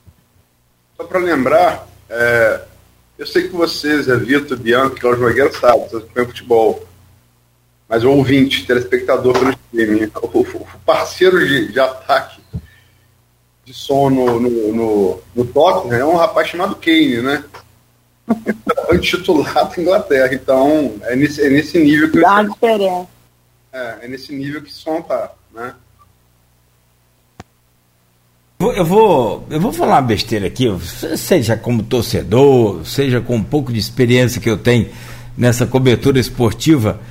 Só para lembrar, é, eu sei que vocês, é Vitor, Bianca, Cláudio Nogueira, sabem, vocês acompanham futebol, mas o ouvinte, telespectador pelo streaming, o, o parceiro de, de ataque de som no, no, no, no Tottenham é um rapaz chamado Kane, né? Titulado da Inglaterra, então é nesse, é nesse nível que dá uma diferença. É, é nesse nível que o som tá, né? Eu vou, eu vou falar uma besteira aqui, seja como torcedor, seja com um pouco de experiência que eu tenho nessa cobertura esportiva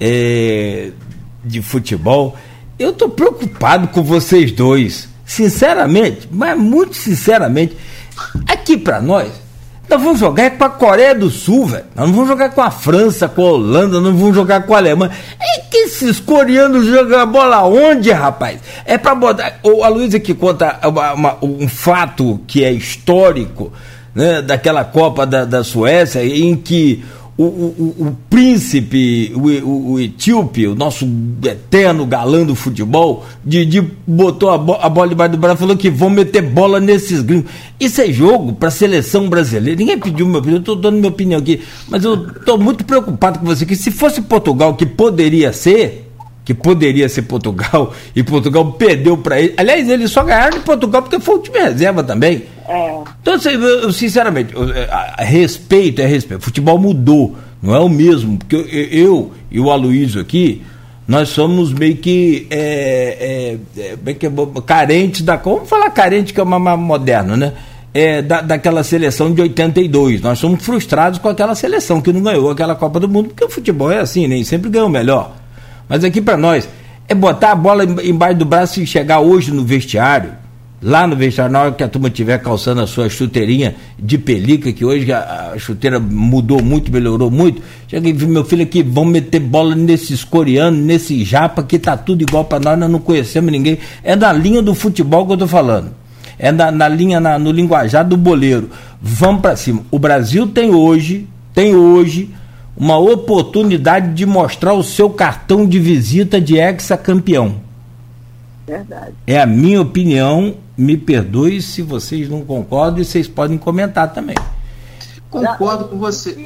é, de futebol. Eu estou preocupado com vocês dois, sinceramente, mas muito sinceramente. Aqui para nós, nós vamos jogar com a Coreia do Sul, velho. Nós não vamos jogar com a França, com a Holanda, não vamos jogar com a Alemanha. É que esses coreanos jogam a bola onde, rapaz? É para botar. O Aloysio aqui conta uma, uma, um fato que é histórico, né, daquela Copa da, da Suécia, em que o, o, o príncipe, o, o, o etíope, o nosso eterno galã do futebol, Didi botou a, bo a bola debaixo do braço e falou que vão meter bola nesses gringos. Isso é jogo para a seleção brasileira. Ninguém pediu minha opinião, eu estou dando minha opinião aqui, mas eu estou muito preocupado com você, que se fosse Portugal, que poderia ser, que poderia ser Portugal, e Portugal perdeu para ele. Aliás, eles só ganharam de Portugal porque foi o time reserva também. É. Então, eu, sinceramente, a, a respeito é respeito. O futebol mudou, não é o mesmo, porque eu, eu e o Aloysio aqui, nós somos meio que, é, é, é, meio que carentes da. Vamos falar carente, que é uma, uma moderno, né? É, da, daquela seleção de oitenta e dois. Nós somos frustrados com aquela seleção que não ganhou aquela Copa do Mundo, porque o futebol é assim, nem sempre ganha o melhor. Mas aqui para nós é botar a bola embaixo do braço e chegar hoje no vestiário, lá no vestiário, na hora que a turma estiver calçando a sua chuteirinha de pelica, que hoje a, a chuteira mudou muito, melhorou muito. Chega e meu filho aqui, vão meter bola nesses coreanos, nesse japa, que tá tudo igual para nós, nós não conhecemos ninguém. É na linha do futebol que eu tô falando. É na, na linha, na, no linguajar do boleiro. Vamos para cima. O Brasil tem hoje, tem hoje, uma oportunidade de mostrar o seu cartão de visita de hexacampeão. Verdade. É a minha opinião, me perdoe se vocês não concordam, e vocês podem comentar também. Concordo com você.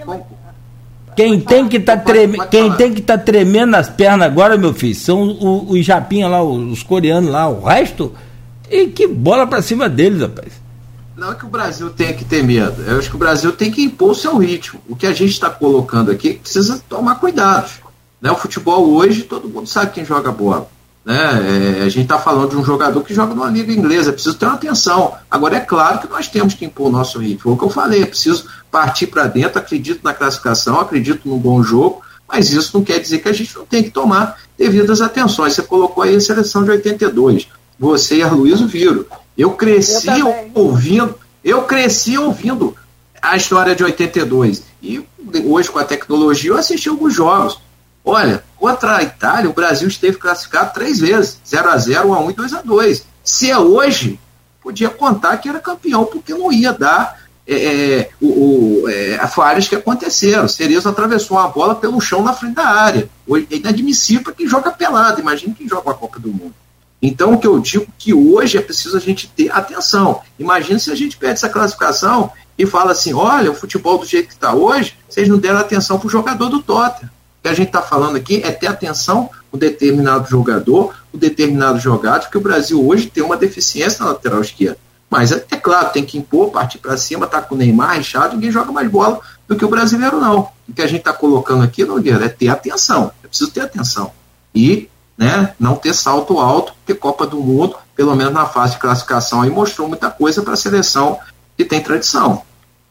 Quem tem que tá treme, quem tem que estar tá tremendo nas pernas agora, meu filho, são os, os japinhas lá, os, os coreanos lá, o resto, e que bola pra cima deles, rapaz. Não é que o Brasil tenha que ter medo, eu acho que o Brasil tem que impor o seu ritmo. O que a gente está colocando aqui precisa tomar cuidado, né? O futebol hoje, todo mundo sabe quem joga bola, né? É, a gente está falando de um jogador que joga numa liga inglesa, é preciso ter uma atenção. Agora é claro que nós temos que impor o nosso ritmo, foi o que eu falei, é preciso partir para dentro, acredito na classificação, acredito num bom jogo, mas isso não quer dizer que a gente não tem que tomar devidas atenções. Você colocou aí a seleção de oitenta e dois, você e a Aloysio viram. Eu cresci eu ouvindo, eu cresci ouvindo a história de oitenta e dois. E hoje, com a tecnologia, eu assisti alguns jogos. Olha, contra a Itália, o Brasil esteve classificado três vezes: zero a zero, um a um e dois a dois. Se é hoje, podia contar que era campeão, porque não ia dar é, é, o, o, é, as falhas que aconteceram. Cerezo atravessou uma bola pelo chão na frente da área. Hoje é inadmissível para quem joga pelado. Imagina quem joga a Copa do Mundo. Então, o que eu digo que hoje é preciso a gente ter atenção. Imagina se a gente perde essa classificação e fala assim, olha, o futebol do jeito que está hoje, vocês não deram atenção para o jogador do Tottenham. O que a gente está falando aqui é ter atenção com determinado jogador, com determinado jogado, porque o Brasil hoje tem uma deficiência na lateral esquerda. Mas, é, é claro, tem que impor, partir para cima, tá com o Neymar, Richard, ninguém joga mais bola do que o brasileiro, não. O que a gente está colocando aqui, Nogueira, é ter atenção. É preciso ter atenção. E né, não ter salto alto, porque Copa do Mundo, pelo menos na fase de classificação, aí mostrou muita coisa para a seleção que tem tradição.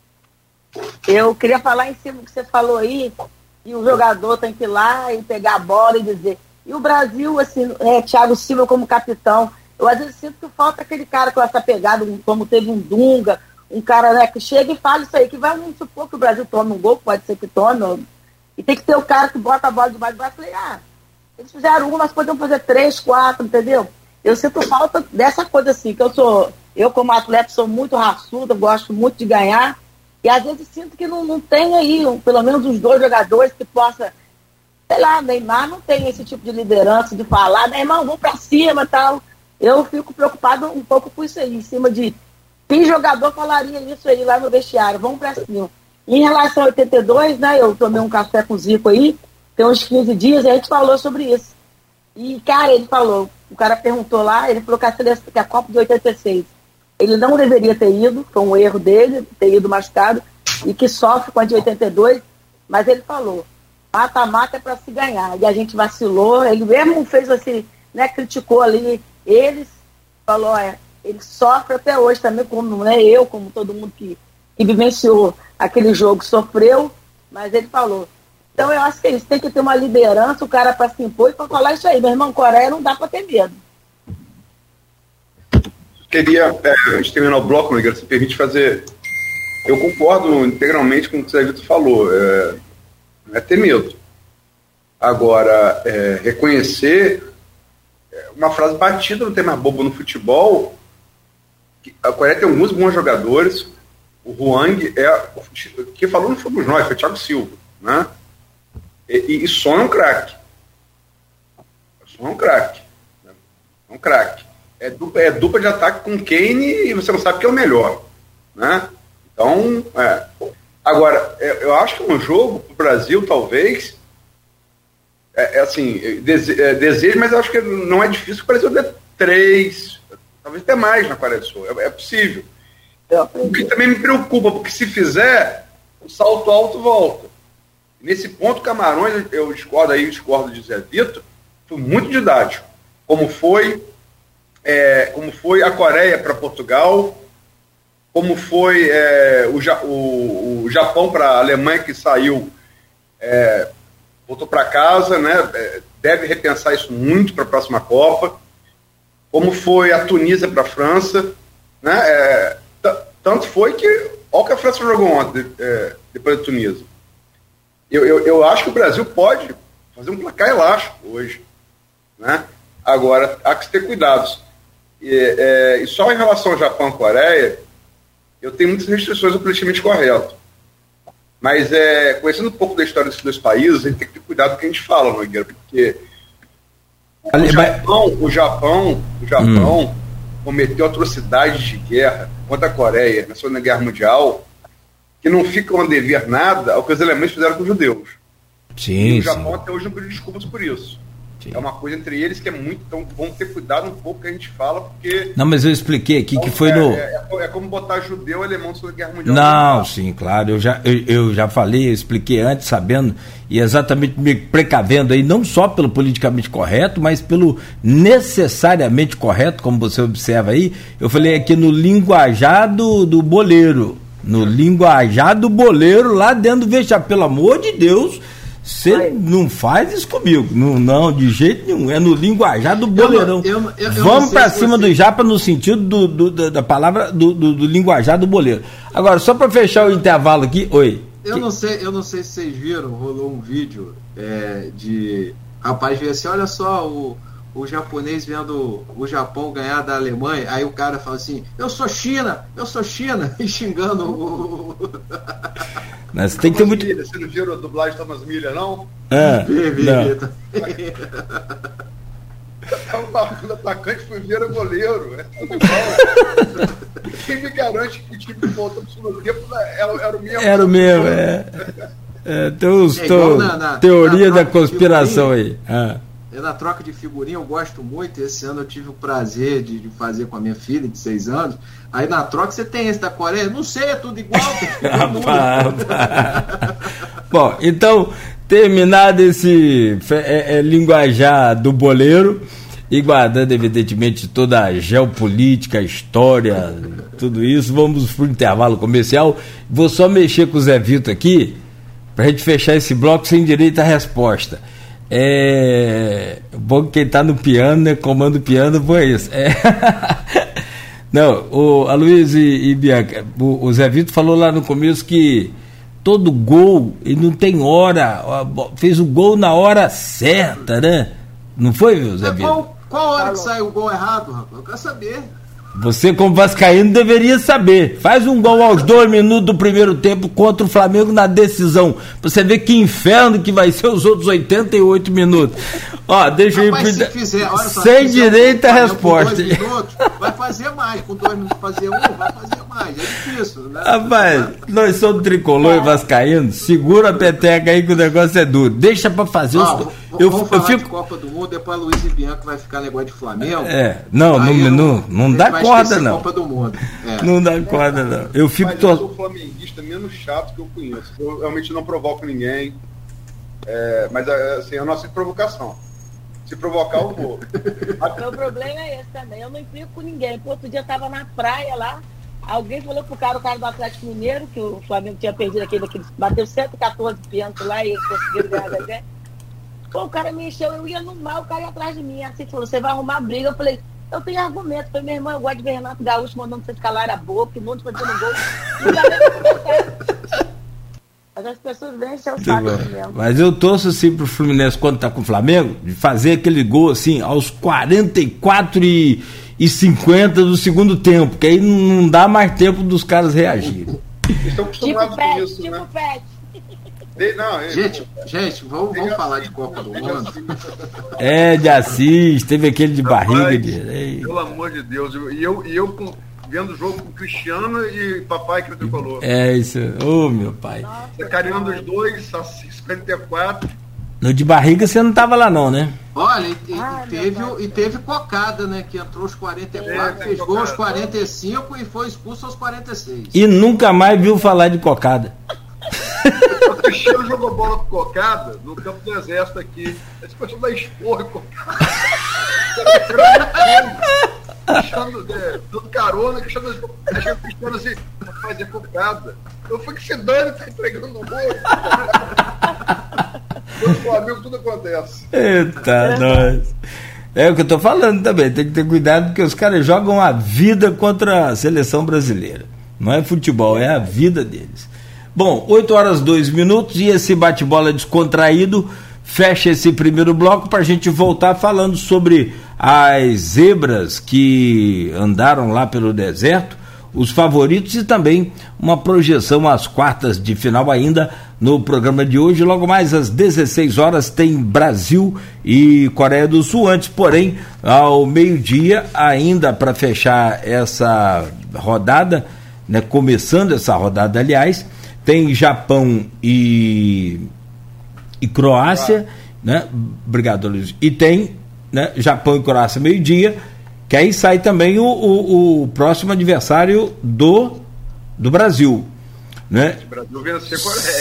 Eu queria falar em cima do que você falou aí, e o jogador tem que ir lá e pegar a bola e dizer. E o Brasil, assim, é, Thiago Silva como capitão, eu às vezes sinto que falta aquele cara com essa pegada, como teve um Dunga, um cara, né, que chega e fala isso aí, que vai, vamos supor que o Brasil tome um gol, pode ser que tome, e tem que ter o cara que bota a bola debaixo do braço e fala, ah, eles fizeram um, nós podemos fazer três, quatro, entendeu? Eu sinto falta dessa coisa assim, que eu sou, eu como atleta sou muito raçuda, gosto muito de ganhar, e às vezes sinto que não, não tem aí, um, pelo menos os dois jogadores que possa, sei lá, Neymar não tem esse tipo de liderança de falar, Neymar, vamos pra cima e tal. Eu fico preocupado um pouco com isso aí, em cima de que jogador falaria isso aí lá no vestiário, vamos pra cima. Em relação a oitenta e dois, né, eu tomei um café com o Zico aí, tem uns quinze dias, e a gente falou sobre isso. E, cara, ele falou, o cara perguntou lá, ele falou que a, seleção, que a Copa de oitenta e seis, ele não deveria ter ido, foi um erro dele, ter ido machucado, e que sofre com a de oitenta e dois, mas ele falou, mata-mata é para se ganhar, e a gente vacilou, ele mesmo fez assim, né, criticou ali eles, falou, é, ele sofre até hoje também, como né, eu, como todo mundo que, que vivenciou aquele jogo, sofreu, mas ele falou, Então eu acho que é isso, tem que ter uma liderança, o cara para se impor e para falar isso aí. Meu irmão, Coreia não dá para ter medo. Queria, é, antes de terminar o bloco, Miguel, se permite fazer... Eu concordo integralmente com o que o Zé Vitor falou. É, não é ter medo. Agora, é, reconhecer... É uma frase batida, não tem mais bobo no futebol. A Coreia tem alguns bons jogadores. O Hwang é... Quem falou não fomos nós, foi o Thiago Silva, né? E, e Son é um craque. Son é um craque. Né? É um craque. É dupla, é dupla de ataque com Kane e você não sabe quem é o melhor. Né? Então, é. Agora, é, eu acho que um jogo para o Brasil, talvez, é, é assim, dese, é, desejo, mas eu acho que não é difícil que o Brasil dê três, talvez até mais na Coreia do Sul. É, é possível. O que também me preocupa, porque se fizer, o salto alto volta. Nesse ponto, Camarões, eu discordo aí, eu discordo de Zé Vitor, foi muito didático. Como foi, é, como foi a Coreia para Portugal, como foi é, o, o, o Japão para a Alemanha, que saiu, é, voltou para casa, né, deve repensar isso muito para a próxima Copa, como foi a Tunísia para a França, né, é, t- tanto foi que, olha o que a França jogou ontem, é, depois da Tunísia. Eu, eu, eu acho que o Brasil pode fazer um placar elástico hoje, né? Agora, há que ter cuidados. E, é, e só em relação ao Japão e Coreia, eu tenho muitas restrições ao politicamente correto. Mas, é, conhecendo um pouco da história desses dois países, a gente tem que ter cuidado com o que a gente fala, Nogueira, porque o Japão, o Japão, o Japão hum. cometeu atrocidades de guerra contra a Coreia na Segunda Guerra Mundial, que não ficam a dever nada ao que os elementos fizeram com os judeus. Sim, e o Japão sim. até hoje não pediu desculpas por isso. Sim. É uma coisa entre eles que é muito... Então vamos ter cuidado um pouco que a gente fala, porque... Não, mas eu expliquei aqui então, que foi é, no... É, é, é como botar judeu e alemão na Segunda Guerra Mundial. Não, sim, claro. Eu já, eu, eu já falei, eu expliquei antes, sabendo, e exatamente me precavendo aí, não só pelo politicamente correto, mas pelo necessariamente correto, como você observa aí. Eu falei aqui no linguajar do, do boleiro. No linguajar do boleiro, lá dentro do vestiário. Pelo amor de Deus, você não faz isso comigo. Não, não, de jeito nenhum. É no linguajar do boleirão. Eu não, eu, eu, Vamos pra cima você... do japa no sentido do, do, do, da palavra do, do, do linguajar do boleiro. Agora, só para fechar o intervalo aqui. Oi. Eu não sei, eu não sei se vocês viram, rolou um vídeo é, de rapaz veio assim, olha só o o japonês vendo o Japão ganhar da Alemanha, aí o cara fala assim, eu sou China, eu sou China, e xingando o... Mas tem que ter muito... Milha. Você não viu a dublagem de Thomas Milha, não? Ah, vi, vi, não. O marcando atacante foi ver o goleiro. É tudo igual. Quem me garante que o time que voltou pro segundo tempo era, era o mesmo? Era o mesmo, é. é tem os é to... na, na, teoria na da conspiração aí. Ah. Eu, na troca de figurinha, eu gosto muito. Esse ano eu tive o prazer de, de fazer com a minha filha de seis anos. Aí na troca você tem esse da Coreia? Não sei, é tudo igual. Bom, então, terminado esse é, é, linguajar do boleiro, e guardando evidentemente toda a geopolítica, a história, tudo isso, vamos para o intervalo comercial. Vou só mexer com o Zé Vitor aqui, para a gente fechar esse bloco sem direito à resposta. É bom que quem está no piano, né? Comando o piano, foi isso. É. Não, o Aloysio e, e Bianca, o, o Zé Vitor falou lá no começo que todo gol, ele não tem hora, fez o gol na hora certa, né? Não foi, viu, Zé Vitor? Qual, qual hora que sai o gol errado, rapaz? Eu quero saber. Você, como vascaíno, deveria saber. Faz um gol aos dois minutos do primeiro tempo contra o Flamengo na decisão. Pra você ver que inferno que vai ser os outros oitenta e oito minutos. Ó, deixa eu ir. Se fizer, olha só, sem direito à resposta. Dois minutos, vai fazer mais. Com dois minutos fazer um, vai fazer mais. É difícil, né? Rapaz, nós somos tricolor e vascaíno. Segura a peteca aí que o negócio é duro. Deixa pra fazer ó, os. Eu, eu, eu fico. De Copa do Mundo, depois a Luiz e Bianca vai ficar negócio de Flamengo. É, não, não, não, não, não dá corda, não. Copa do Mundo. É. Não dá corda, não. Eu fico. Mas eu sou o flamenguista menos chato que eu conheço. Eu realmente não provoco ninguém. É, mas assim, eu não aceito provocação. Se provocar, eu vou. O meu problema é esse também. Eu não implico com ninguém. Pô, outro dia eu tava na praia lá, Alguém falou pro cara, o cara do Atlético Mineiro, que o Flamengo tinha perdido aquele, aquele bateu cento e catorze pênaltis lá e eles conseguiram ganhar da gente. Pô, o cara me encheu, eu ia no mal, o cara ia atrás de mim. Assim, falou, você vai arrumar briga. Eu falei, eu tenho argumento. Eu falei, meu irmão, eu gosto de ver Renato Gaúcho mandando você calar a boca, um monte fazendo gol. Não dá nem pra conversar. Mas as pessoas vêm encher o saco mesmo. Mas eu torço assim pro Fluminense quando tá com o Flamengo, de fazer aquele gol assim, aos quarenta e quatro e cinquenta do segundo tempo, que aí não dá mais tempo dos caras reagirem. Eles estão acostumados Tipo pet, com isso, tipo né? pet. De, não, é, Gente, gente, vamos, vamos falar de Copa do Mundo. É, de Assis, teve aquele de barriga. Rapaz, De... pelo amor de Deus. E eu, e eu com, vendo o jogo com o Cristiano e papai que o tricolor. É isso, ô oh, meu pai. Você carinhando os dois, Assis cinquenta e quatro. No de barriga você não tava lá não, né? Olha, e, e, Ai, teve, e teve Cocada, né? Que entrou aos quarenta e quatro, É, fez tem gol aos Cocada. quarenta e cinco e foi expulso aos quarenta e seis. E nunca mais viu falar de cocada. O Cristiano jogou bola com Cocada no campo do Exército aqui. Esse pessoal da esporra Cocada. Cristiano, é, dando carona, Cristiano, achando o Cristiano assim, rapaz, é Cocada. Eu fui que se dane, tá entregando no gol. No Flamengo tudo acontece. Eita, nós. É o que eu tô falando também, tem que ter cuidado porque os caras jogam a vida contra a seleção brasileira. Não é futebol, é a vida deles. Bom, oito horas dois minutos e esse bate-bola descontraído fecha esse primeiro bloco para a gente voltar falando sobre as zebras que andaram lá pelo deserto, os favoritos e também uma projeção às quartas de final ainda no programa de hoje. Logo mais às dezesseis horas tem Brasil e Coreia do Sul. Antes, porém, ao meio-dia, ainda para fechar essa rodada, né, começando essa rodada, aliás, tem Japão e, e Croácia, ah. né? Obrigado, Luiz. E tem, né, Japão e Croácia meio-dia, que aí sai também o, o, o próximo adversário do, do Brasil, né? O Brasil vencer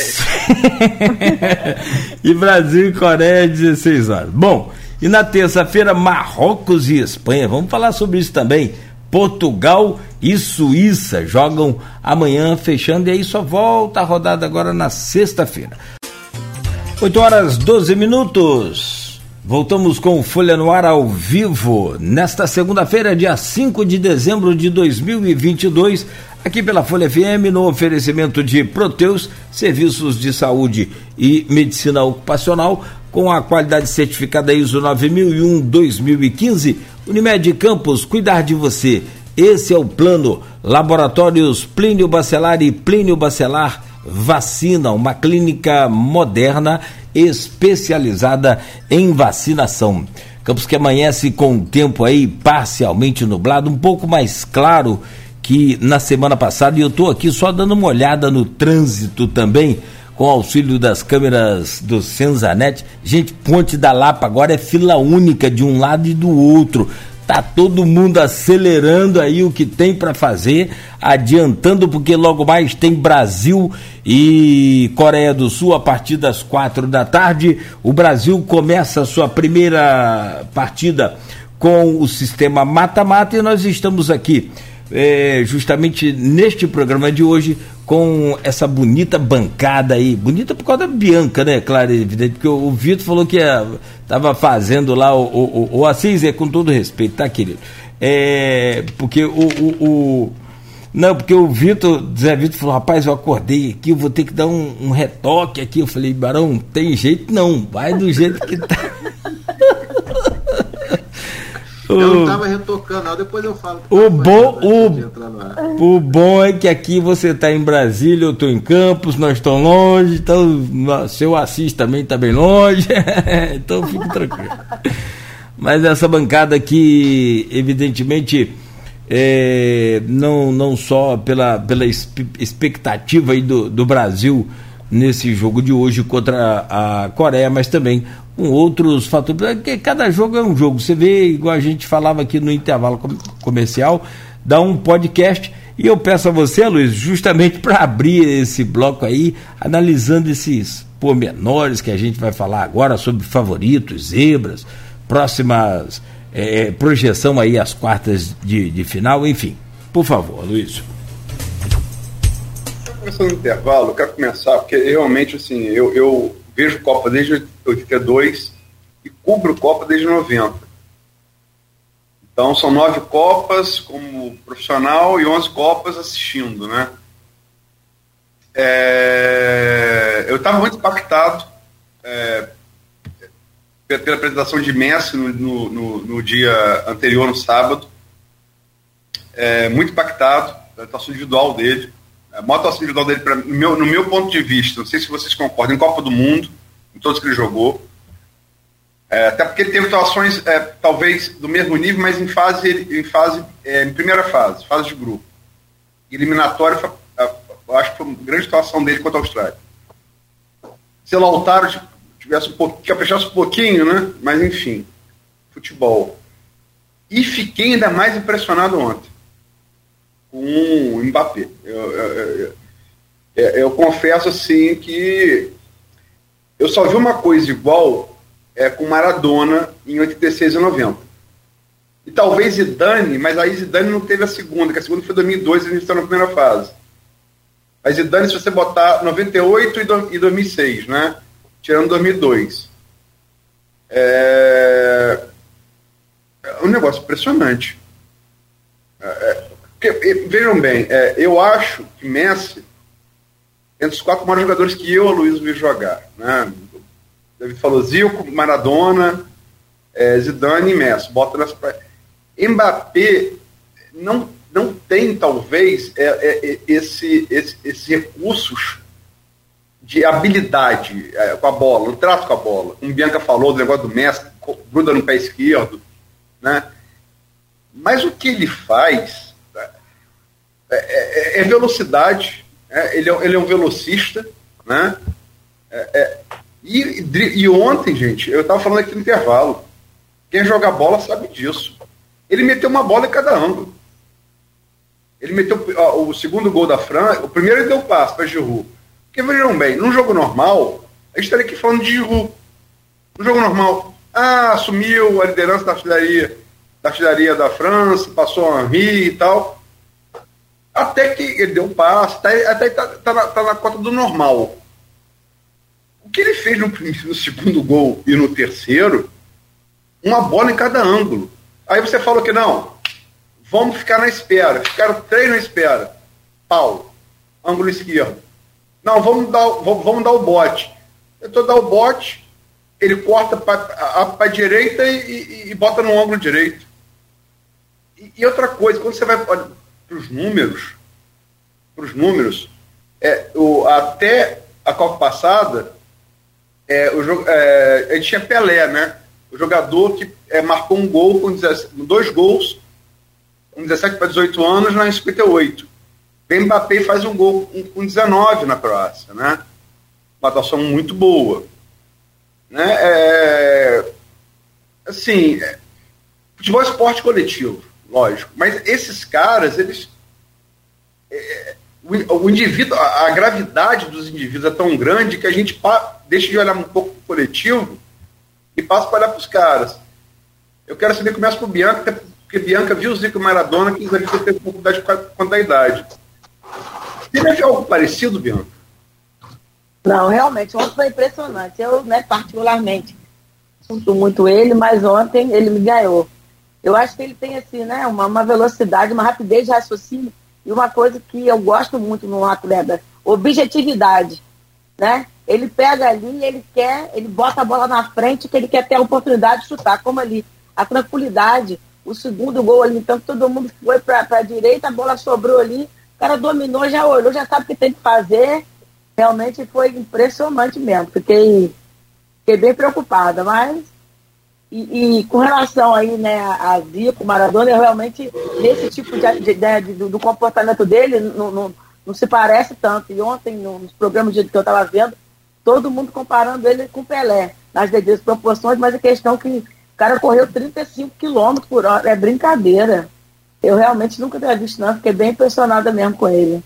a Coreia. E Brasil e Coreia, dezesseis horas. Bom, e na terça-feira, Marrocos e Espanha. Vamos falar sobre isso também. Portugal e Suíça jogam amanhã, fechando, e aí só volta a rodada agora na sexta-feira. oito horas doze minutos. Voltamos com Folha no Ar ao vivo, nesta segunda-feira, dia cinco de dezembro de dois mil e vinte e dois, aqui pela Folha F M, no oferecimento de Proteus, serviços de saúde e medicina ocupacional, com a qualidade certificada I S O nove mil e um dois mil e quinze, Unimed Campos, cuidar de você. Esse é o plano. Laboratórios Plínio Bacelar e Plínio Bacelar Vacina, uma clínica moderna especializada em vacinação. Campos que amanhece com o tempo aí parcialmente nublado, um pouco mais claro que na semana passada, e eu estou aqui só dando uma olhada no trânsito também, com auxílio das câmeras do Senzanet. Gente, Ponte da Lapa agora é fila única de um lado e do outro. Tá todo mundo acelerando aí o que tem para fazer, adiantando, porque logo mais tem Brasil e Coreia do Sul a partir das quatro da tarde. O Brasil começa a sua primeira partida com o sistema mata-mata e nós estamos aqui É, justamente neste programa de hoje com essa bonita bancada aí, bonita por causa da Bianca, né, claro, evidente, porque o, o Vitor falou que estava fazendo lá o, o, o, o Assis, é com todo respeito, tá, querido? É, porque o, o, o não, porque o Vitor, Zé Vitor falou, rapaz, eu acordei aqui, eu vou ter que dar um, um retoque aqui. Eu falei, Barão, tem jeito não, vai do jeito que tá. Eu não estava retocando, não. Depois eu falo. O bom, o, o bom é que aqui você está em Brasília, eu estou em Campos, nós estamos longe, então seu Assis também está bem longe, então fique tranquilo. Mas essa bancada aqui, evidentemente, é, não, não só pela, pela expectativa aí do, do Brasil nesse jogo de hoje contra a Coreia, mas também com outros fatores, porque cada jogo é um jogo. Você vê, igual a gente falava aqui no intervalo comercial, dá um podcast, e eu peço a você, Luiz, justamente para abrir esse bloco aí, analisando esses pormenores que a gente vai falar agora sobre favoritos, zebras, próximas é, projeção aí às quartas de, de final, enfim. Por favor, Luiz. Começando no intervalo, eu quero começar, porque realmente, assim, eu, eu vejo Copa desde oitenta e dois e cubro Copa desde noventa. Então, são nove Copas como profissional e onze Copas assistindo, né? É, eu estava muito impactado é, pela apresentação de Messi no, no, no, no dia anterior, no sábado. É, muito impactado pela atuação individual dele. A maior atuação individual dele, pra, no, meu, no meu ponto de vista, não sei se vocês concordam, em Copa do Mundo, em todos que ele jogou. É, até porque ele teve atuações, é, talvez, do mesmo nível, mas em fase, em, fase é, em primeira fase, fase de grupo. Eliminatória, foi, eu acho que foi uma grande atuação dele contra a Austrália. Se o Lautaro tivesse um pouquinho, caprichasse um pouquinho, né? Mas enfim, futebol. E fiquei ainda mais impressionado ontem com o Mbappé. Eu, eu, eu, eu confesso assim que eu só vi uma coisa igual é, com Maradona em oitenta e seis e noventa. E talvez Zidane, mas aí Zidane não teve a segunda, que a segunda foi em dois mil e dois, a gente está na primeira fase. Mas Zidane, se você botar noventa e oito e dois mil e seis, né? Tirando dois mil e dois. É, é um negócio impressionante. É, porque, vejam bem, é, eu acho que Messi, entre os quatro maiores jogadores que eu, Luiz, vi jogar, né? David falou Zico, Maradona, é, Zidane e Messi. Bota nessa. Mbappé não, não tem, talvez, é, é, esse, esse, esses recursos de habilidade é, com a bola, no trato com a bola. Como Bianca falou do negócio do Messi, gruda no pé esquerdo, né? Mas o que ele faz é, é, é velocidade, é, ele, é, ele é um velocista, né? É, é, e, e ontem, gente, eu estava falando aqui no intervalo, quem joga bola sabe disso. Ele meteu uma bola em cada ângulo. Ele meteu ó, o segundo gol da França, o primeiro ele deu passe para Giroud. Porque vejam bem, num jogo normal, a gente estaria aqui falando de Giroud. Num jogo normal, ah, assumiu a liderança da artilharia, da artilharia da França, passou a Henry e tal. Até que ele deu um passe, tá, até está tá na, tá na cota do normal. O que ele fez no, primeiro, no segundo gol e no terceiro, uma bola em cada ângulo. Aí você falou que não, vamos ficar na espera. Ficaram três na espera. Pau, ângulo esquerdo. Não, vamos dar, vamos, vamos dar o bote. Eu estou dando o bote, ele corta para a direita e, e, e bota no ângulo direito. E, e outra coisa, quando você vai para os números, para os números, é, o, até a Copa passada, é, o, é, a gente tinha Pelé, né? O jogador que é, marcou um gol com dezessete, dois gols com dezessete para dezoito anos lá em cinquenta e oito. O Mbappé faz um gol com dezenove na Croácia, né? Uma atuação muito boa. Né? É, assim, é, futebol é esporte coletivo, lógico. Mas esses caras, eles... É, o, o indivíduo, a, a gravidade dos indivíduos é tão grande que a gente pa, deixa de olhar um pouco para o coletivo e passa para olhar para os caras. Eu quero saber, começa por Bianca, porque Bianca viu o Zico e Maradona, que teve dificuldade quanto à idade. Você já viu algo parecido, Bianca? Não, realmente, ontem foi impressionante. Eu, né, particularmente, curto muito ele, mas ontem ele me ganhou. Eu acho que ele tem, assim, né, uma, uma velocidade, uma rapidez de raciocínio e uma coisa que eu gosto muito no atleta, objetividade, né? Ele pega ali, ele quer, ele bota a bola na frente, que ele quer ter a oportunidade de chutar, como ali, a tranquilidade, o segundo gol ali, então todo mundo foi para a direita, a bola sobrou ali, o cara dominou, já olhou, já sabe o que tem que fazer. Realmente foi impressionante mesmo. Fiquei, fiquei bem preocupada, mas e, e com relação aí, né, a Zico, Maradona, eu realmente, nesse tipo de, de, de, de do comportamento dele, não, não, não se parece tanto. E ontem, nos programas que eu estava vendo, todo mundo comparando ele com Pelé, nas devidas proporções, mas a questão é que o cara correu trinta e cinco quilômetros por hora, é brincadeira. Eu realmente nunca tinha visto, não, fiquei bem impressionada mesmo com ele.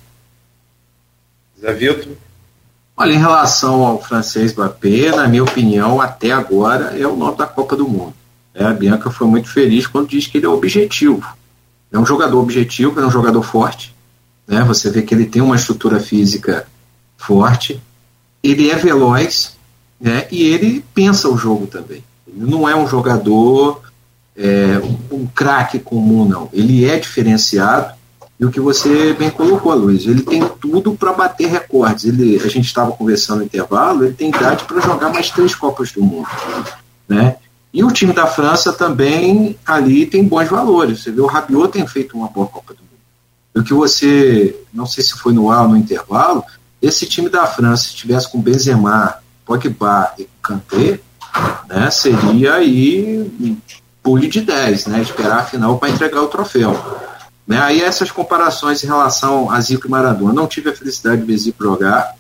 Zé Vitor? Olha, em relação ao francês Mbappé, na minha opinião, até agora, é o nome da Copa do Mundo. É, a Bianca foi muito feliz quando diz que ele é objetivo. É um jogador objetivo, é um jogador forte, né? Você vê que ele tem uma estrutura física forte, ele é veloz, né? E ele pensa o jogo também. Ele não é um jogador, é, um, um craque comum, não. Ele é diferenciado, e o que você bem colocou, Luiz, ele tem tudo para bater recordes. Ele, a gente estava conversando no intervalo, ele tem idade para jogar mais três Copas do Mundo, né? E o time da França também ali tem bons valores. Você vê, o Rabiot tem feito uma boa Copa do Mundo. E o que você, não sei se foi no ar ou no intervalo, esse time da França, se tivesse com Benzema, Pogba e Kanté, né, seria aí pule de dez, né, esperar a final para entregar o troféu. Né, aí essas comparações em relação a Zico e Maradona, não tive a felicidade de ver Zico jogar,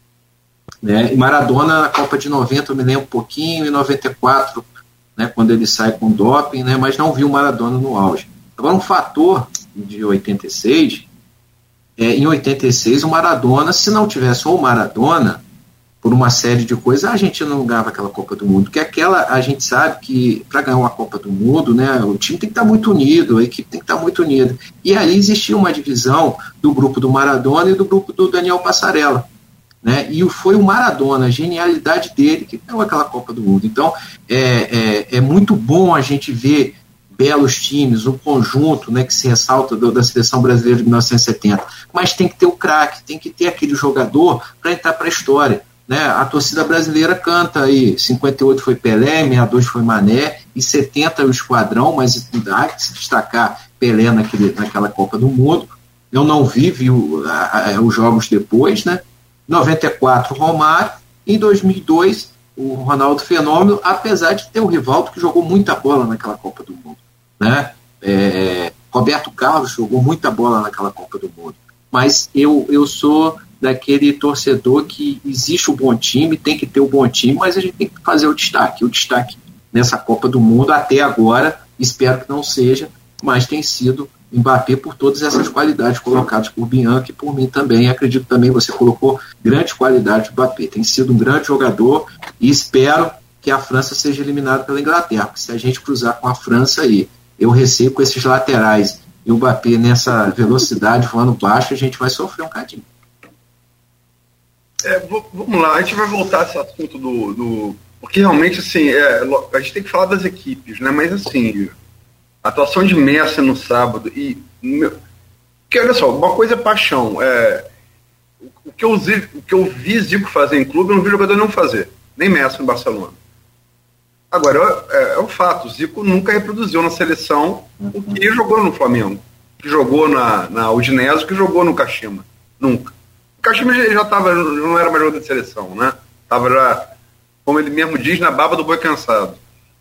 né, e Maradona na Copa de noventa eu me lembro um pouquinho, em noventa e quatro, né, quando ele sai com doping, né, mas não vi o Maradona no auge. Agora um fator de oitenta e seis, é, em oitenta e seis o Maradona, se não tivesse o Maradona, por uma série de coisas, a Argentina não ganhava aquela Copa do Mundo, porque aquela, a gente sabe que para ganhar uma Copa do Mundo, né, o time tem que estar muito unido, a equipe tem que estar muito unida, e ali existia uma divisão do grupo do Maradona e do grupo do Daniel Passarella, né, e foi o Maradona, a genialidade dele que ganhou aquela Copa do Mundo. Então é, é, é muito bom a gente ver belos times, um conjunto, né, que se ressalta do, da seleção brasileira de mil novecentos e setenta, mas tem que ter o craque, tem que ter aquele jogador para entrar para a história, né? A torcida brasileira canta aí, cinquenta e oito foi Pelé, sessenta e dois foi Mané, e setenta o Esquadrão, mas há que se destacar Pelé naquele, naquela Copa do Mundo. Eu não vi, vi o, a, a, os jogos depois, né? noventa e quatro Romário, em dois mil e dois o Ronaldo Fenômeno, apesar de ter o Rivaldo que jogou muita bola naquela Copa do Mundo, né? É, Roberto Carlos jogou muita bola naquela Copa do Mundo, mas eu, eu sou daquele torcedor que existe o bom time, tem que ter o bom time, mas a gente tem que fazer o destaque, o destaque nessa Copa do Mundo até agora, espero que não seja, mas tem sido Mbappé por todas essas qualidades colocadas por Bianchi e por mim também. Acredito também você colocou grandes qualidades do Mbappé. Tem sido um grande jogador e espero que a França seja eliminada pela Inglaterra, porque se a gente cruzar com a França aí, eu receio com esses laterais e o Mbappé nessa velocidade voando baixo, a gente vai sofrer um cadinho. É, vamos lá, a gente vai voltar a esse assunto do... do porque realmente, assim, é, a gente tem que falar das equipes, né? Mas, assim, a atuação de Messi no sábado e... Meu, porque, olha só, uma coisa é paixão. É, o, que eu, o que eu vi Zico fazer em clube, eu não vi jogador não fazer. Nem Messi no Barcelona. Agora, é, é um fato, o Zico nunca reproduziu na seleção o que jogou no Flamengo, que jogou na, na Udinese, que jogou no Kashima. Nunca. O Kashima já estava, não era mais jogador de seleção, né? Estava já, como ele mesmo diz, na baba do boi cansado.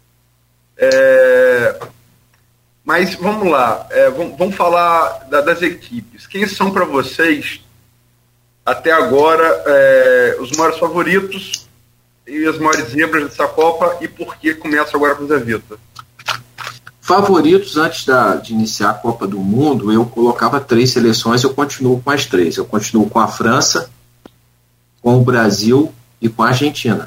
É, mas vamos lá, é, vamos, vamos falar da, das equipes. Quem são para vocês, até agora, é, os maiores favoritos e as maiores zebras dessa Copa, e por que começa agora com o Zé Vitor? Favoritos, antes da, de iniciar a Copa do Mundo, eu colocava três seleções, eu continuo com as três. Eu continuo com a França, com o Brasil e com a Argentina.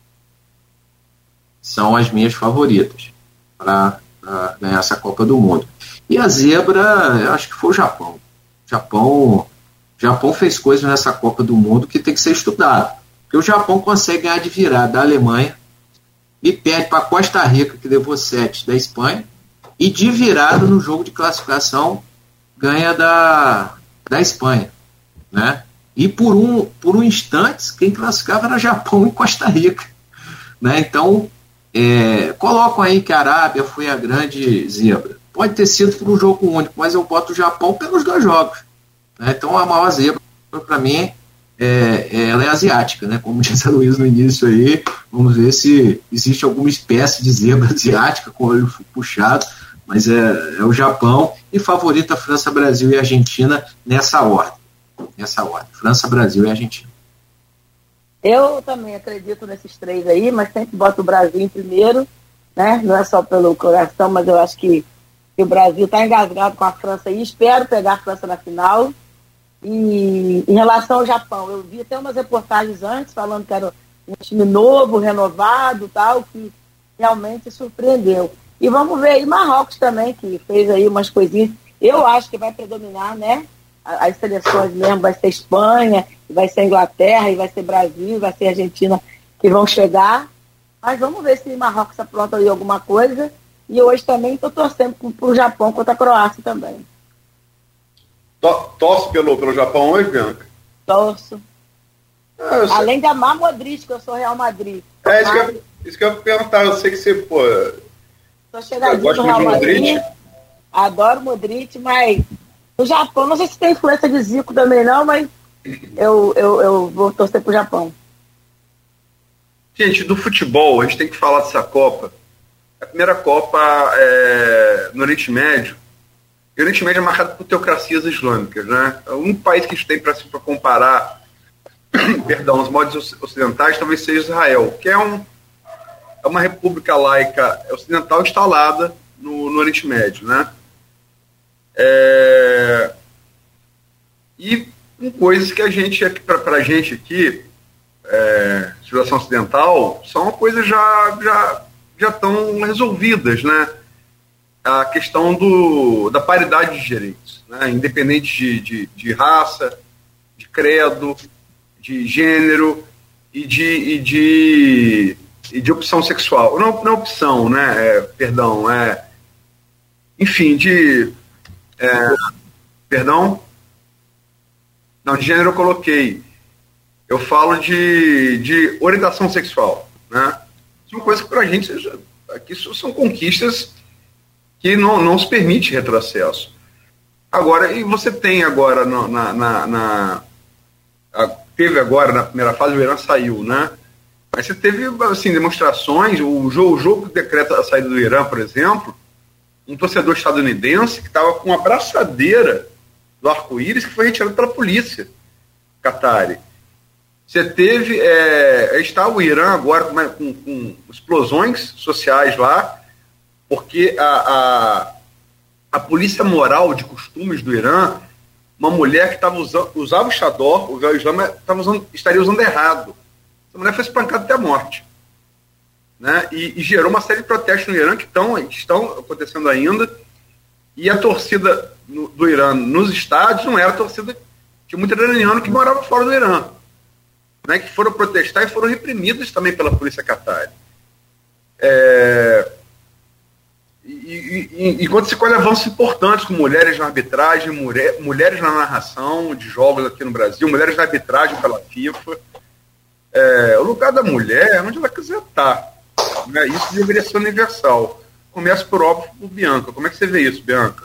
São as minhas favoritas para ganhar essa Copa do Mundo. E a zebra, eu acho que foi o Japão. O Japão, Japão fez coisas nessa Copa do Mundo que tem que ser estudado. Porque o Japão consegue ganhar de virada da Alemanha e perde para Costa Rica, que levou sete da Espanha, e de virada no jogo de classificação ganha da, da Espanha, né? E por um, por um instante quem classificava era Japão e Costa Rica, né? Então é, colocam aí que a Arábia foi a grande zebra. Pode ter sido por um jogo único, mas eu boto o Japão pelos dois jogos, né? Então a maior zebra para mim é, ela é asiática, né? Como disse a Luiz no início aí, vamos ver se existe alguma espécie de zebra asiática com o olho puxado, mas é, é o Japão, e favorita França, Brasil e Argentina nessa ordem. Nessa ordem. França, Brasil e Argentina. Eu também acredito nesses três aí, mas sempre boto o Brasil em primeiro, né? Não é só pelo coração, mas eu acho que, que o Brasil está engasgado com a França aí. Espero pegar a França na final. E em relação ao Japão, eu vi até umas reportagens antes falando que era um time novo, renovado, tal, que realmente surpreendeu. E vamos ver aí Marrocos também, que fez aí umas coisinhas. Eu acho que vai predominar, né, as seleções mesmo, vai ser Espanha, vai ser Inglaterra, e vai ser Brasil, vai ser Argentina que vão chegar. Mas vamos ver se Marrocos apronta aí alguma coisa. E hoje também estou torcendo para o Japão contra a Croácia também. Torce pelo, pelo Japão hoje, Bianca? Torço. Ah, Além de amar Modric, que eu sou Real Madrid. É, isso, mas... que eu, isso que eu ia perguntar. Eu sei que você, pô... Tô chegadinho no Real Madrid. Adoro Modric, mas o Japão, não sei se tem influência de Zico também não, mas eu, eu, eu vou torcer pro Japão. Gente, do futebol, a gente tem que falar dessa Copa. A primeira Copa é, no Oriente Médio. E o Oriente Médio é marcado por teocracias islâmicas, né? Um país que a gente tem para comparar perdão, os modos ocidentais talvez seja Israel, que é, um, é uma república laica ocidental instalada no, no Oriente Médio, né? É, e com coisas que a gente, para a gente aqui, é, civilização ocidental, são coisas já já já estão resolvidas, né? A questão do, da paridade de direitos, né? Independente de, de, de raça, de credo, de gênero e de, e de, e de opção sexual. Não, não opção, né? É, perdão, é... Enfim, de... É, perdão? Não, de gênero eu coloquei. Eu falo de, de orientação sexual, né? São coisas que pra gente, aqui são conquistas que não, não se permite retrocesso. Agora, e você tem agora na... na, na, na a, teve agora na primeira fase, o Irã saiu, né? Mas você teve, assim, demonstrações, o jogo, o jogo que decreta a saída do Irã, por exemplo, um torcedor estadunidense que estava com uma abraçadeira do arco-íris que foi retirado pela polícia Qatari. Você teve, é, está o Irã agora com, com, com explosões sociais lá, porque a, a, a polícia moral de costumes do Irã, uma mulher que tava usando, usava o chador, o véu islâmico, tava usando, estaria usando errado. Essa mulher foi espancada até a morte. Né? E, e gerou uma série de protestos no Irã que estão, estão acontecendo ainda. E a torcida no, do Irã nos estádios não era a torcida, tinha muito iraniano que morava fora do Irã, né? Que foram protestar e foram reprimidos também pela polícia Qatari. É... E, e, e, enquanto se colhe avanços importantes com mulheres na arbitragem, mulher, mulheres na narração de jogos aqui no Brasil, mulheres na arbitragem pela FIFA, é, o lugar da mulher é onde ela quiser estar, né? Isso deveria ser universal. Começa por óbvio por Bianca. Como é que você vê isso, Bianca?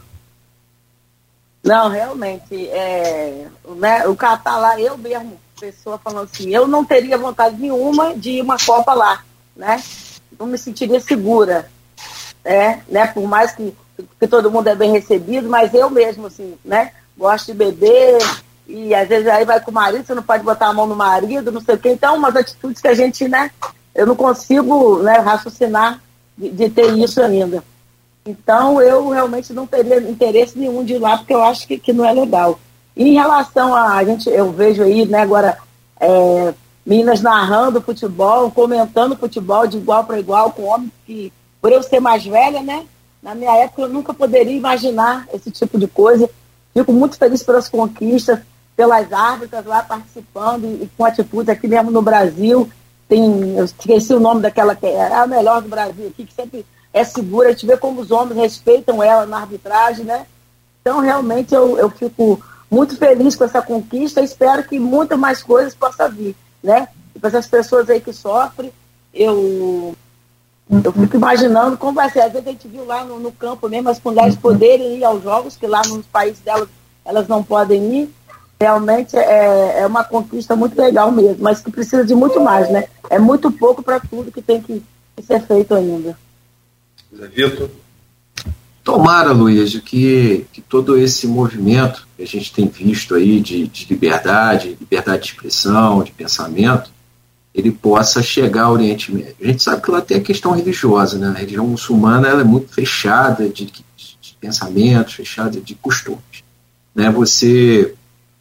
Não, realmente, é, né, o Catar lá, eu mesmo, pessoa falando assim, eu não teria vontade nenhuma de ir uma Copa lá, né? Não me sentiria segura. É, né, por mais que, que todo mundo é bem recebido, mas eu mesmo, assim, né, gosto de beber, e às vezes aí vai com o marido, você não pode botar a mão no marido, não sei o quê, então umas atitudes que a gente, né, eu não consigo, né, raciocinar de, de ter isso ainda. Então eu realmente não teria interesse nenhum de ir lá, porque eu acho que, que não é legal. E em relação a, a gente, eu vejo aí, né, agora, é, meninas narrando futebol, comentando futebol de igual para igual, com homens que, por eu ser mais velha, né? Na minha época eu nunca poderia imaginar esse tipo de coisa. Fico muito feliz pelas conquistas, pelas árbitras lá participando e, e com atitudes aqui mesmo no Brasil. Tem, eu esqueci o nome daquela que é a melhor do Brasil aqui, que sempre é segura. A gente vê como os homens respeitam ela na arbitragem, né? Então realmente eu, eu fico muito feliz com essa conquista e espero que muitas mais coisas possam vir, né? E para essas pessoas aí que sofrem, eu... Eu fico imaginando como vai ser. Às vezes a gente viu lá no, no campo mesmo as mulheres poderem ir aos jogos, que lá nos países delas elas não podem ir. Realmente é, é uma conquista muito legal mesmo, mas que precisa de muito mais, né? É muito pouco para tudo que tem que, que ser feito ainda. Zé Vitor? Tomara, Luiz, que, que todo esse movimento que a gente tem visto aí de, de liberdade, liberdade de expressão, de pensamento, ele possa chegar ao Oriente Médio. A gente sabe que lá tem a questão religiosa, né? A religião muçulmana ela é muito fechada de, de, de pensamentos, fechada de costumes. Né? Você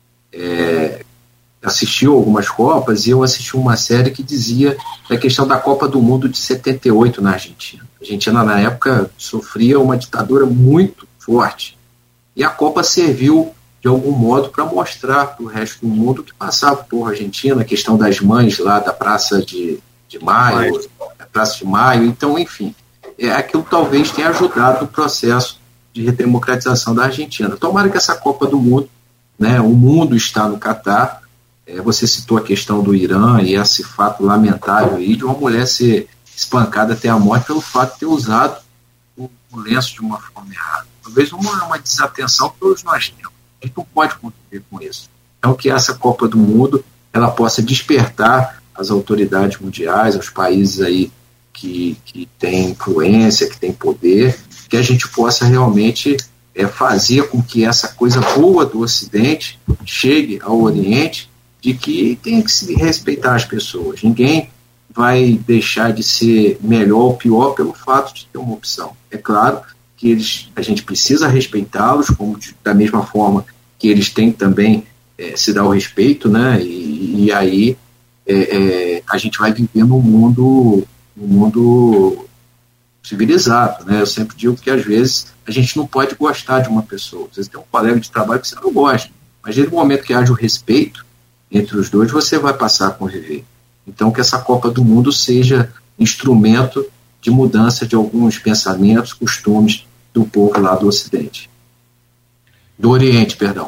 é, assistiu algumas Copas e eu assisti uma série que dizia a questão da Copa do Mundo de setenta e oito na Argentina. A Argentina, na época, sofria uma ditadura muito forte. E a Copa serviu de algum modo, para mostrar para o resto do mundo que passava por Argentina, a questão das mães lá da Praça de, de Maio, a Praça de Maio, então, enfim, é, aquilo talvez tenha ajudado o processo de redemocratização da Argentina. Tomara que essa Copa do Mundo, né, o mundo está no Catar, é, você citou a questão do Irã e esse fato lamentável aí de uma mulher ser espancada até a morte pelo fato de ter usado o, o lenço de uma forma errada. Talvez uma, uma desatenção que todos nós temos. A gente não pode conviver com isso. Então, que essa Copa do Mundo ela possa despertar as autoridades mundiais, os países aí que, que têm influência, que têm poder, que a gente possa realmente é, fazer com que essa coisa boa do Ocidente chegue ao Oriente, de que tem que se respeitar as pessoas. Ninguém vai deixar de ser melhor ou pior pelo fato de ter uma opção. É claro que eles, a gente precisa respeitá-los, como de, da mesma forma que eles têm também é, se dar o respeito, né? E, e aí é, é, a gente vai viver num mundo, num mundo civilizado, né? Eu sempre digo que às vezes a gente não pode gostar de uma pessoa. Às vezes tem um colega de trabalho que você não gosta, mas desde o momento que haja o respeito entre os dois, você vai passar a conviver. Então, que essa Copa do Mundo seja instrumento de mudança de alguns pensamentos, costumes do povo lá do Ocidente. Do Oriente, perdão.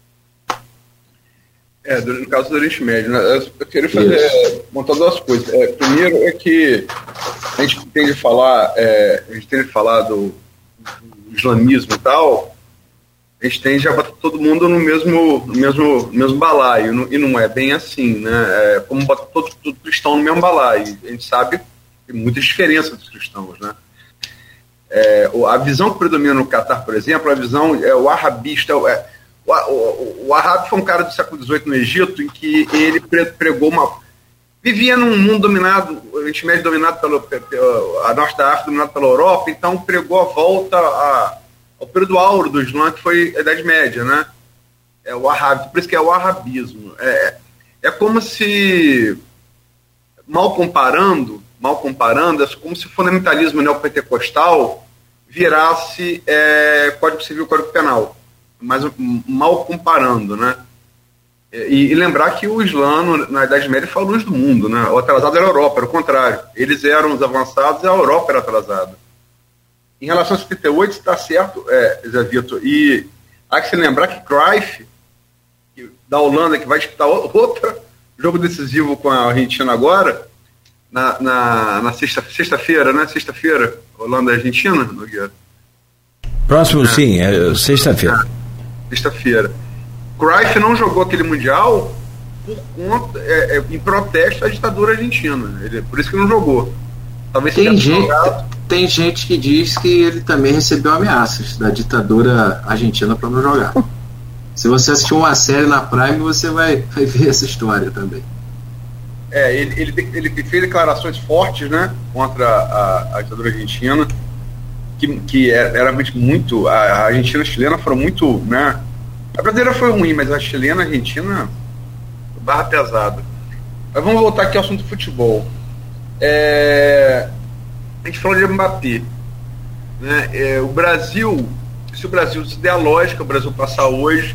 É, no caso do Oriente Médio, né? Eu queria fazer, é, montar duas coisas. É, primeiro é que a gente tem de falar, é, a gente tem de falar do, do islamismo e tal, a gente tende a botar todo mundo no mesmo, no mesmo, no mesmo balaio, e não é bem assim, né? É como botar todo, todo cristão no mesmo balaio. A gente sabe que tem muitas diferenças dos cristãos, né? É, a visão que predomina no Catar, por exemplo, a visão é o arabista. É, o, o, o Arab foi um cara do século dezoito no Egito, em que ele pregou uma... Vivia num mundo dominado, o Oriente Médio dominado pelo, pelo... a norte da África dominado pela Europa, então pregou a volta a, ao período áureo do Islã, que foi a Idade Média, né? É o Arab, por isso que é o arabismo. É, é como se, mal comparando, mal comparando, é como se o fundamentalismo neopentecostal virasse é, Código Civil, Código Penal, mas mal comparando, né? E, e lembrar que o Islã, na Idade Média, foi a luz do mundo, né? O atrasado era a Europa, era o contrário. Eles eram os avançados e a Europa era atrasada. Em relação a setenta e oito, está certo, é, Zé Vitor, e há que se lembrar que Cruyff, da Holanda, que vai disputar outro jogo decisivo com a Argentina agora, na, na, na sexta, sexta-feira, né? Sexta-feira, Holanda e Argentina, Nogueira? Próximo, é. sim, é sexta-feira. É, sexta-feira. Cruyff não jogou aquele Mundial por conta, é, é, em protesto à ditadura argentina. Ele, por isso que não jogou. Talvez tem, gente, tem gente que diz que ele também recebeu ameaças da ditadura argentina para não jogar. Se você assistir uma série na Prime, você vai, vai ver essa história também. É, ele, ele, ele fez declarações fortes, né, contra a, a ditadura argentina, que, que era realmente muito... A Argentina e a chilena foram muito... Né, a brasileira foi ruim, mas a chilena e a argentina, barra pesada. Mas vamos voltar aqui ao assunto do futebol. É, a gente falou de Mbappé, né? É, o Brasil, se o Brasil se der a lógica, o Brasil passar hoje,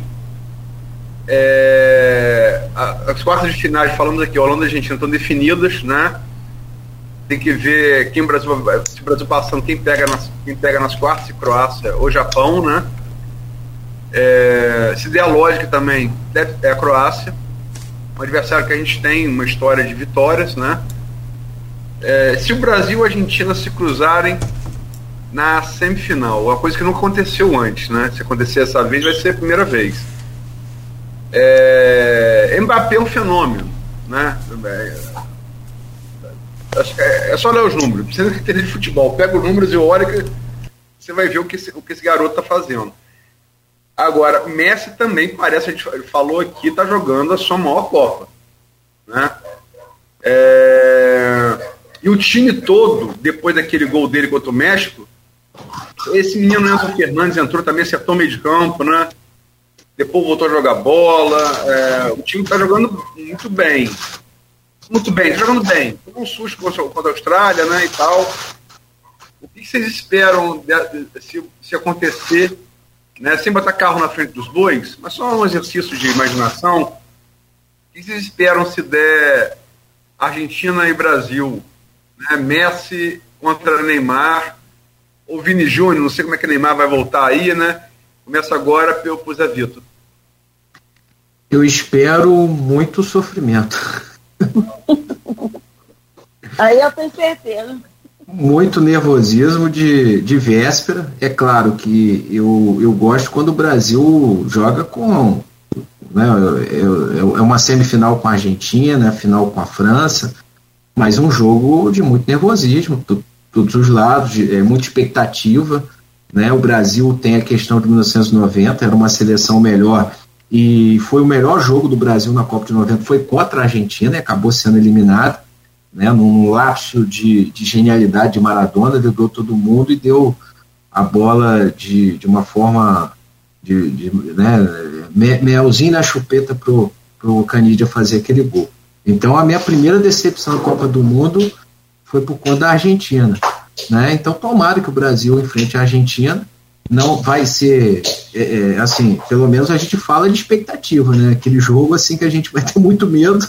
é, as quartas de finais, falamos aqui, Holanda e Argentina estão definidas, né? Tem que ver quem o Brasil, se o Brasil passando, quem pega nas, quem pega nas quartas, se Croácia ou Japão, né? É, se der a lógica também, é a Croácia, um adversário que a gente tem uma história de vitórias, né? É, se o Brasil e a Argentina se cruzarem na semifinal, uma coisa que não aconteceu antes, né? Se acontecer essa vez, vai ser a primeira vez. É, Mbappé é um fenômeno, né? É, é só ler os números, precisa entender de futebol. Pega os números e olha que você vai ver o que esse, o que esse garoto está fazendo. Agora, Messi também parece, a gente falou aqui, está jogando a sua maior Copa, né? É... E o time todo, depois daquele gol dele contra o México, esse menino Enzo Fernandes entrou também, acertou meio de campo, né? Depois voltou a jogar bola. É... O time está jogando muito bem. Muito bem, está jogando bem. Tomou um susto contra a Austrália, né, e tal. O que vocês esperam de, de, se, se acontecer né, sem botar carro na frente dos bois, mas só um exercício de imaginação. O que vocês esperam se der Argentina e Brasil, né, Messi contra Neymar, ou Vini Júnior, não sei como é que Neymar vai voltar aí, né? Começa agora pelo Zé Vitor. Eu espero muito sofrimento. Aí eu tenho certeza. Muito nervosismo de, de véspera. É claro que eu, eu gosto quando o Brasil joga com... Né, é, é uma semifinal com a Argentina, final com a França, mas um jogo de muito nervosismo, to, todos os lados, de, é, muita expectativa. Né, o Brasil tem a questão de mil novecentos e noventa, era uma seleção melhor, e foi o melhor jogo do Brasil na Copa de noventa, foi contra a Argentina e acabou sendo eliminado, né, num lapso de, de genialidade de Maradona, driblou todo mundo e deu a bola de, de uma forma de, de né, me, melzinho na chupeta pro, pro Canidia fazer aquele gol. Então a minha primeira decepção na Copa do Mundo foi por conta da Argentina, né? Então tomara que o Brasil enfrente a Argentina. Não vai ser é, é, assim, pelo menos a gente fala de expectativa, né? Aquele jogo assim que a gente vai ter muito medo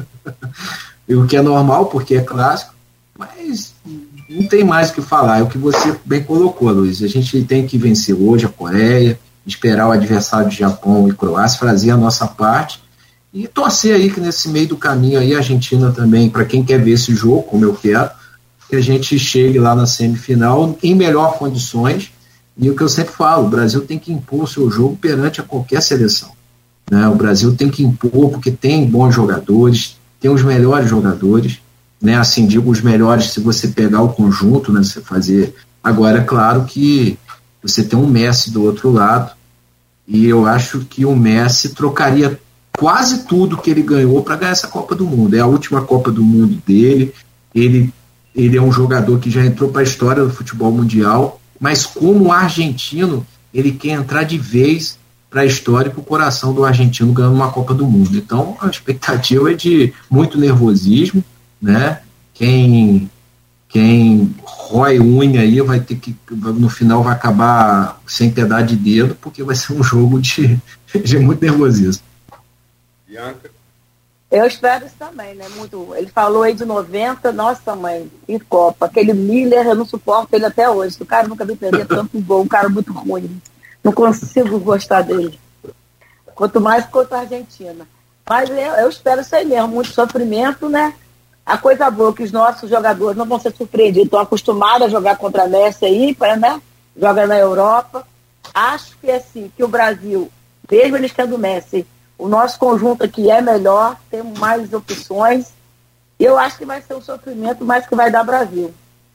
o que é normal porque é clássico, mas não tem mais o que falar. É o que você bem colocou, Luiz. A gente tem que vencer hoje a Coreia, esperar o adversário de Japão e Croácia, fazer a nossa parte e torcer aí que nesse meio do caminho aí a Argentina também, para quem quer ver esse jogo, como eu quero, que a gente chegue lá na semifinal em melhor condições. E o que eu sempre falo, o Brasil tem que impor o seu jogo perante a qualquer seleção, né? O Brasil tem que impor porque tem bons jogadores, tem os melhores jogadores, né? Assim, digo os melhores se você pegar o conjunto, né? Você fazer. Agora, é claro que você tem um Messi do outro lado, e eu acho que o Messi trocaria quase tudo que ele ganhou para ganhar essa Copa do Mundo. É a última Copa do Mundo dele, ele, ele é um jogador que já entrou para a história do futebol mundial, mas como argentino, ele quer entrar de vez para a história e para o coração do argentino ganhando uma Copa do Mundo. Então a expectativa é de muito nervosismo, né? Quem... Quem rói unha aí vai ter que, no final, vai acabar sem piedade de dedo, porque vai ser um jogo de, de muito nervosismo. Bianca? Eu espero isso também, né? Muito. Ele falou aí de noventa, nossa mãe, e Copa. Aquele Miller, eu não suporto ele até hoje. O cara nunca vi perder tanto gol, um cara muito ruim. Não consigo gostar dele. Quanto mais contra a Argentina. Mas eu, eu espero isso aí mesmo, muito sofrimento, né? A coisa boa é que os nossos jogadores não vão ser surpreendidos, estão acostumados a jogar contra a Messi aí, né? Joga na Europa. Acho que assim, que o Brasil, mesmo eles tendo Messi, o nosso conjunto aqui é melhor, temos mais opções. E eu acho que vai ser um sofrimento, mas que vai dar Brasil.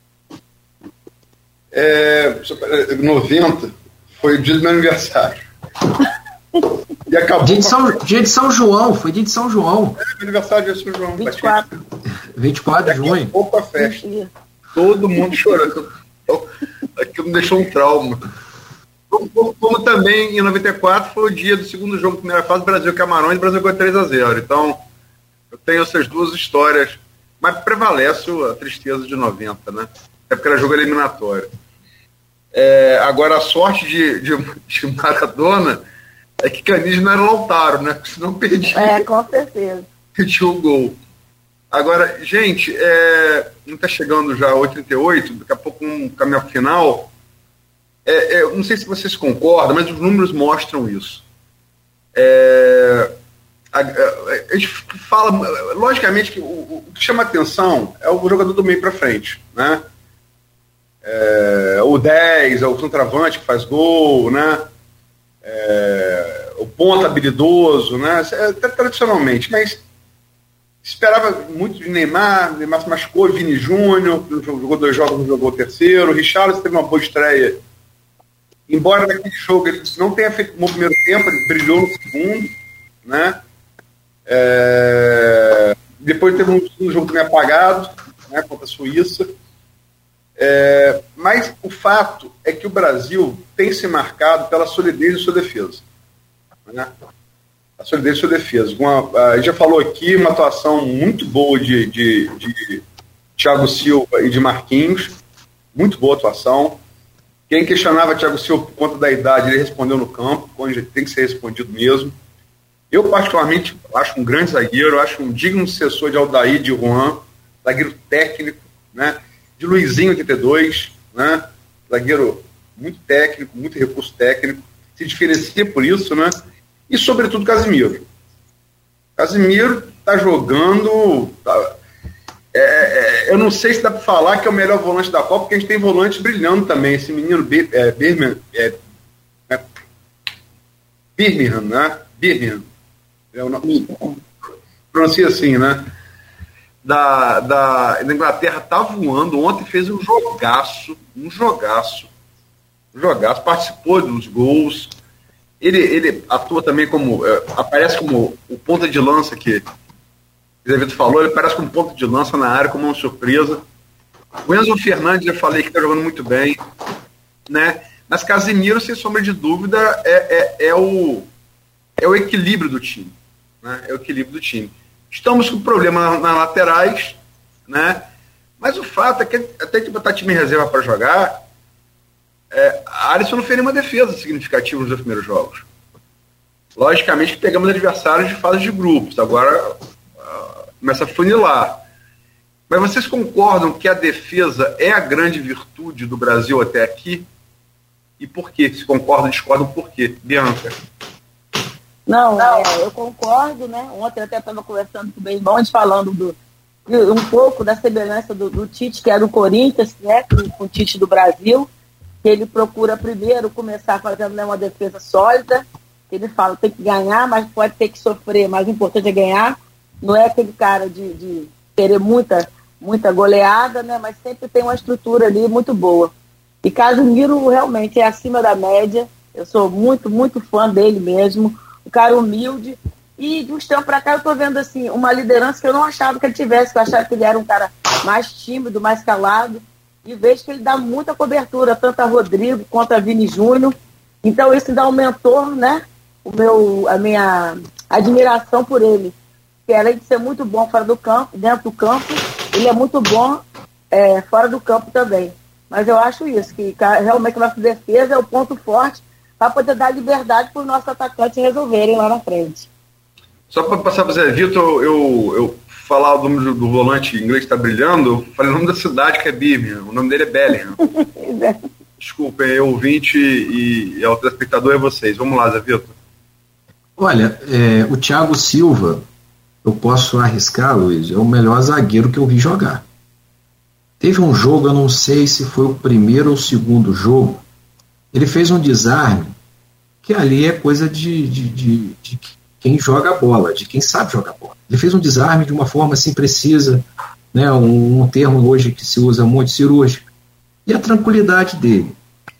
É, noventa foi o dia do meu aniversário. E acabou. Dia de, São, dia de São João, foi dia de São João. É, meu aniversário de São João. vinte e quatro. vinte e quatro de junho. Pouco a festa. Todo mundo chorando. Aquilo me deixou um trauma. Como, como, como também em noventa e quatro foi o dia do segundo jogo da primeira fase, Brasil Camarões, o Brasil ganhou três a zero. Então, eu tenho essas duas histórias, mas prevalece a tristeza de noventa, né? É porque era jogo eliminatório. É, agora, a sorte de, de, de Maradona é que Canidia não era Lautaro, né? Senão perdia. É, com certeza. Perdia o gol. Agora, gente, é, não está chegando já a oito e trinta e oito, daqui a pouco um caminho final. É, é, não sei se vocês concordam, mas os números mostram isso. É, a, a, a gente fala, logicamente, que o, o que chama atenção é o jogador do meio para frente, né? É, o dez, é o centroavante que faz gol, né? É, o ponta habilidoso, né? Até tradicionalmente, mas esperava muito de Neymar. Neymar se machucou, Vini Júnior jogou dois jogos, não jogou o terceiro. O Richarlison teve uma boa estreia, embora naquele jogo ele não tenha feito um bom primeiro tempo, ele brilhou no segundo, né? É, depois teve um, um jogo também apagado, né, contra a Suíça. É, mas o fato é que o Brasil tem se marcado pela solidez de sua defesa, né? A solidez de sua defesa. Uma, a gente já falou aqui, uma atuação muito boa de, de, de Thiago Silva e de Marquinhos, muito boa atuação. Quem questionava Thiago Silva por conta da idade, ele respondeu no campo, onde tem que ser respondido mesmo. Eu, particularmente, acho um grande zagueiro, acho um digno sucessor de Aldair, de Juan, zagueiro técnico, né? De Luizinho, oitenta e dois, né? Zagueiro muito técnico, muito recurso técnico, se diferencia por isso, né? E, sobretudo, Casimiro. Casimiro está jogando... Tá, é, é, eu não sei se dá para falar que é o melhor volante da Copa, porque a gente tem volantes brilhando também. Esse menino é, Birmingham, é, é, Birmingham, né? Birmingham. É o nome. Pronuncia assim, né? Da, da, da Inglaterra tá voando. Ontem fez um jogaço, um jogaço, um jogaço, participou dos gols. Ele, ele atua também como, é, aparece como o ponta de lança que o Zé Vitor falou, ele aparece como ponta de lança na área, como uma surpresa. O Enzo Fernandes, eu falei que está jogando muito bem, né? Mas Casimiro, sem sombra de dúvida, é, é, é, o, é o equilíbrio do time, né? É o equilíbrio do time. Estamos com problema nas, nas laterais, né? Mas o fato é que até que botar time em reserva para jogar, é, a Alisson não fez nenhuma defesa significativa nos dois primeiros jogos. Logicamente que pegamos adversários de fase de grupos, agora uh, começa a funilar. Mas vocês concordam que a defesa é a grande virtude do Brasil até aqui? E por quê? Se concordam, discordam, por quê? Bianca? Não, Não. É, eu concordo, né? Ontem eu até estava conversando com o Benbonde, falando do, um pouco da semelhança do, do Tite, que era o Corinthians, né? Com, com o Tite do Brasil, que ele procura primeiro começar fazendo, né, uma defesa sólida, ele fala, tem que ganhar, mas pode ter que sofrer, mas o importante é ganhar. Não é aquele cara de, de querer muita, muita goleada, né? Mas sempre tem uma estrutura ali muito boa. E Casimiro realmente é acima da média. Eu sou muito, muito fã dele mesmo. O cara humilde. E de uns tempos para cá eu tô vendo assim, uma liderança que eu não achava que ele tivesse, que eu achava que ele era um cara mais tímido, mais calado. E vejo que ele dá muita cobertura, tanto a Rodrigo quanto a Vini Júnior. Então isso ainda aumentou, né, o meu, a minha admiração por ele. Que além de ser muito bom fora do campo, dentro do campo, ele é muito bom é, fora do campo também. Mas eu acho isso, que realmente a nossa defesa é o ponto forte para poder dar liberdade para os nossos atacantes resolverem lá na frente. Só para passar para o Zé Vitor, eu, eu falar o nome do, do volante inglês que está brilhando, eu falei o nome da cidade, que é Birmingham, o nome dele é Bellingham. Desculpem, eu ouvinte e, e o telespectador é vocês. Vamos lá, Zé Vitor. Olha, é, o Thiago Silva, eu posso arriscar, Luiz, é o melhor zagueiro que eu vi jogar. Teve um jogo, eu não sei se foi o primeiro ou o segundo jogo, ele fez um desarme, que ali é coisa de, de, de, de quem joga bola, de quem sabe jogar bola. Ele fez um desarme de uma forma assim precisa, né, um, um termo hoje que se usa muito, cirúrgico, e a tranquilidade dele.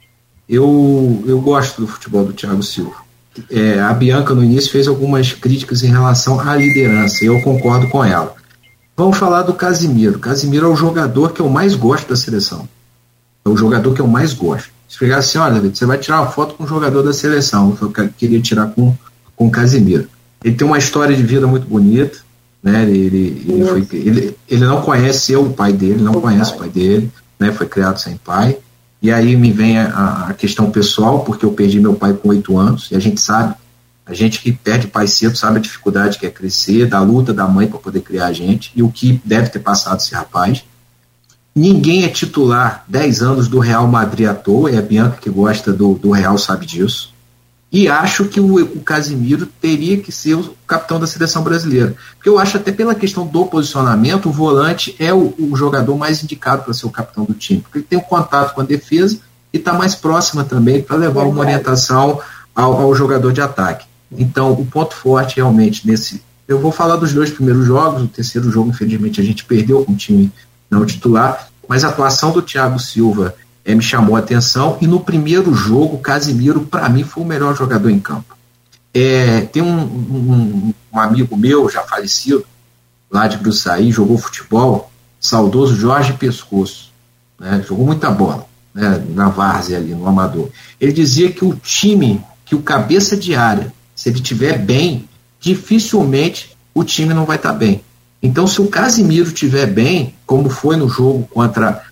Eu, eu gosto do futebol do Thiago Silva. É, a Bianca no início fez algumas críticas em relação à liderança, e eu concordo com ela. Vamos falar do Casimiro. Casimiro é o jogador que eu mais gosto da seleção. É o jogador que eu mais gosto. Se pegar assim, olha, você vai tirar uma foto com um jogador da seleção, eu queria tirar com, com o Casimiro. Ele tem uma história de vida muito bonita, né? Ele, ele, ele, foi, ele, ele não conhece eu, o pai dele, não o conhece pai. o pai dele, né? Foi criado sem pai. E aí me vem a, a questão pessoal, porque eu perdi meu pai com oito anos, e a gente sabe, a gente que perde pai cedo sabe a dificuldade que é crescer, da luta da mãe para poder criar a gente, e o que deve ter passado esse rapaz. Ninguém é titular dez anos do Real Madrid à toa, é a Bianca que gosta do, do Real sabe disso. E acho que o, o Casimiro teria que ser o capitão da seleção brasileira. Porque eu acho, até pela questão do posicionamento, o volante é o, o jogador mais indicado para ser o capitão do time. Porque ele tem um contato com a defesa e está mais próxima também para levar uma orientação ao, ao jogador de ataque. Então, o ponto forte realmente nesse... Eu vou falar dos dois primeiros jogos, o terceiro jogo, infelizmente, a gente perdeu com o time não titular, mas a atuação do Thiago Silva é, me chamou a atenção, e no primeiro jogo, o Casimiro, para mim, foi o melhor jogador em campo. É, tem um, um, um amigo meu, já falecido, lá de Bruçaí, jogou futebol, saudoso Jorge Pescoço, né, jogou muita bola, né, na várzea ali, no amador. Ele dizia que o time, que o cabeça de área, se ele estiver bem, dificilmente o time não vai estar bem. Então, se o Casimiro estiver bem, como foi no jogo contra